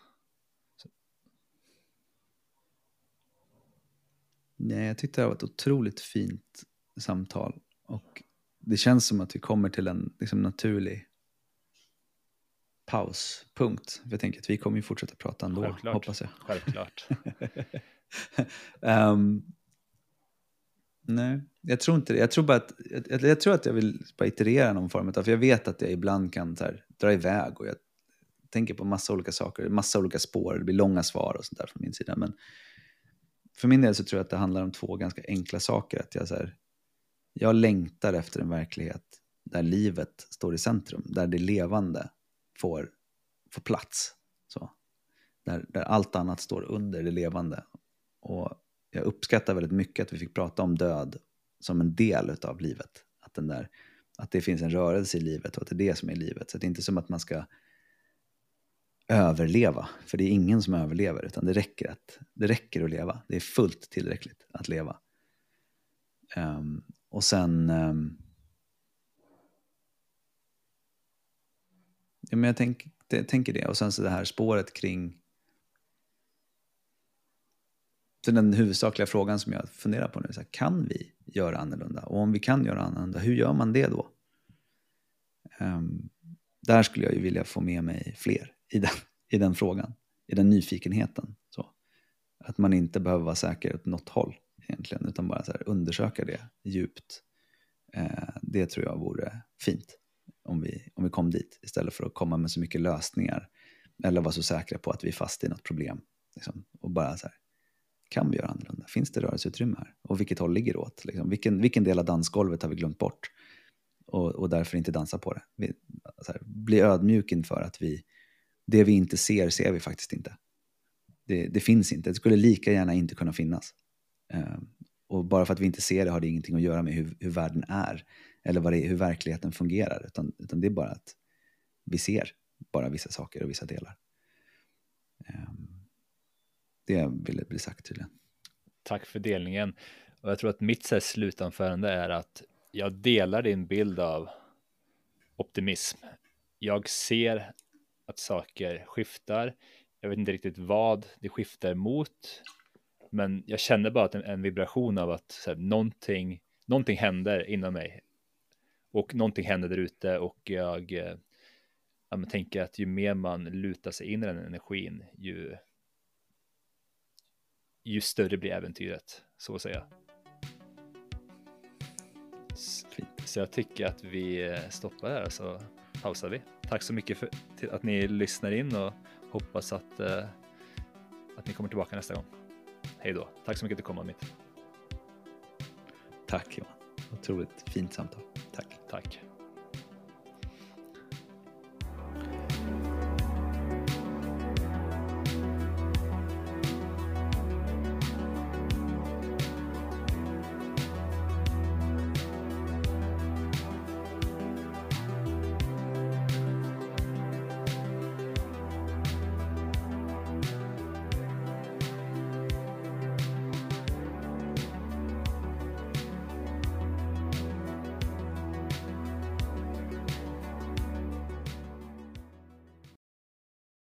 Nej, jag tyckte det var ett otroligt fint samtal. Och det känns som att vi kommer till en liksom, naturlig pauspunkt. För jag tänker att vi kommer ju fortsätta prata ändå, självklart. Hoppas jag. Självklart. Nej, jag tror inte det. Jag tror att jag vill bara iterera någon form av, för jag vet att jag ibland kan så här, dra iväg och jag tänker på massa olika saker, massa olika spår, det blir långa svar och sånt där från min sida. Men för min del så tror jag att det handlar om två ganska enkla saker. Att jag längtar efter en verklighet där livet står i centrum, där det levande får plats. Så. Där allt annat står under det levande. Och jag uppskattar väldigt mycket att vi fick prata om död som en del av livet. Att det finns en rörelse i livet och att det är det som är livet. Så det är inte som att man ska överleva. För det är ingen som överlever, utan det räcker att leva. Det är fullt tillräckligt att leva. Och sen... ja, men jag tänker det. Och sen så det här spåret kring... Så den huvudsakliga frågan som jag funderar på nu är så här, kan vi göra annorlunda? Och om vi kan göra annorlunda, hur gör man det då? Där skulle jag ju vilja få med mig fler i den frågan. I den nyfikenheten. Så. Att man inte behöver vara säker åt något håll egentligen. Utan bara så här, undersöka det djupt. Det tror jag vore fint. Om vi kom dit. Istället för att komma med så mycket lösningar. Eller vara så säkra på att vi är fast i något problem. Liksom. Och bara så här. Kan vi göra annorlunda? Finns det rörelseutrymme här? Och vilket håll ligger det åt? Liksom? Vilken del av dansgolvet har vi glömt bort? Och därför inte dansa på det. Bli ödmjuk inför att det vi inte ser vi faktiskt inte. Det finns inte. Det skulle lika gärna inte kunna finnas. Och bara för att vi inte ser det har det ingenting att göra med hur världen är. Eller hur verkligheten fungerar. Utan det är bara att vi ser bara vissa saker och vissa delar. Det vill bli sagt tydligen. Tack för delningen. Och jag tror att mitt slutanförande är att jag delar din bild av optimism. Jag ser att saker skiftar. Jag vet inte riktigt vad det skiftar mot. Men jag känner bara att en vibration av att så här, någonting händer inom mig. Och någonting händer där ute. Och jag tänker att ju mer man lutar sig in i den energin, ju större blir äventyret, så att säga. Så jag tycker att vi stoppar här, så pausar vi. Tack så mycket för att ni lyssnar in och hoppas att ni kommer tillbaka nästa gång. Hej då. Tack så mycket att du kom, Amit. Tack Johan. Otroligt fint samtal. Tack. Tack.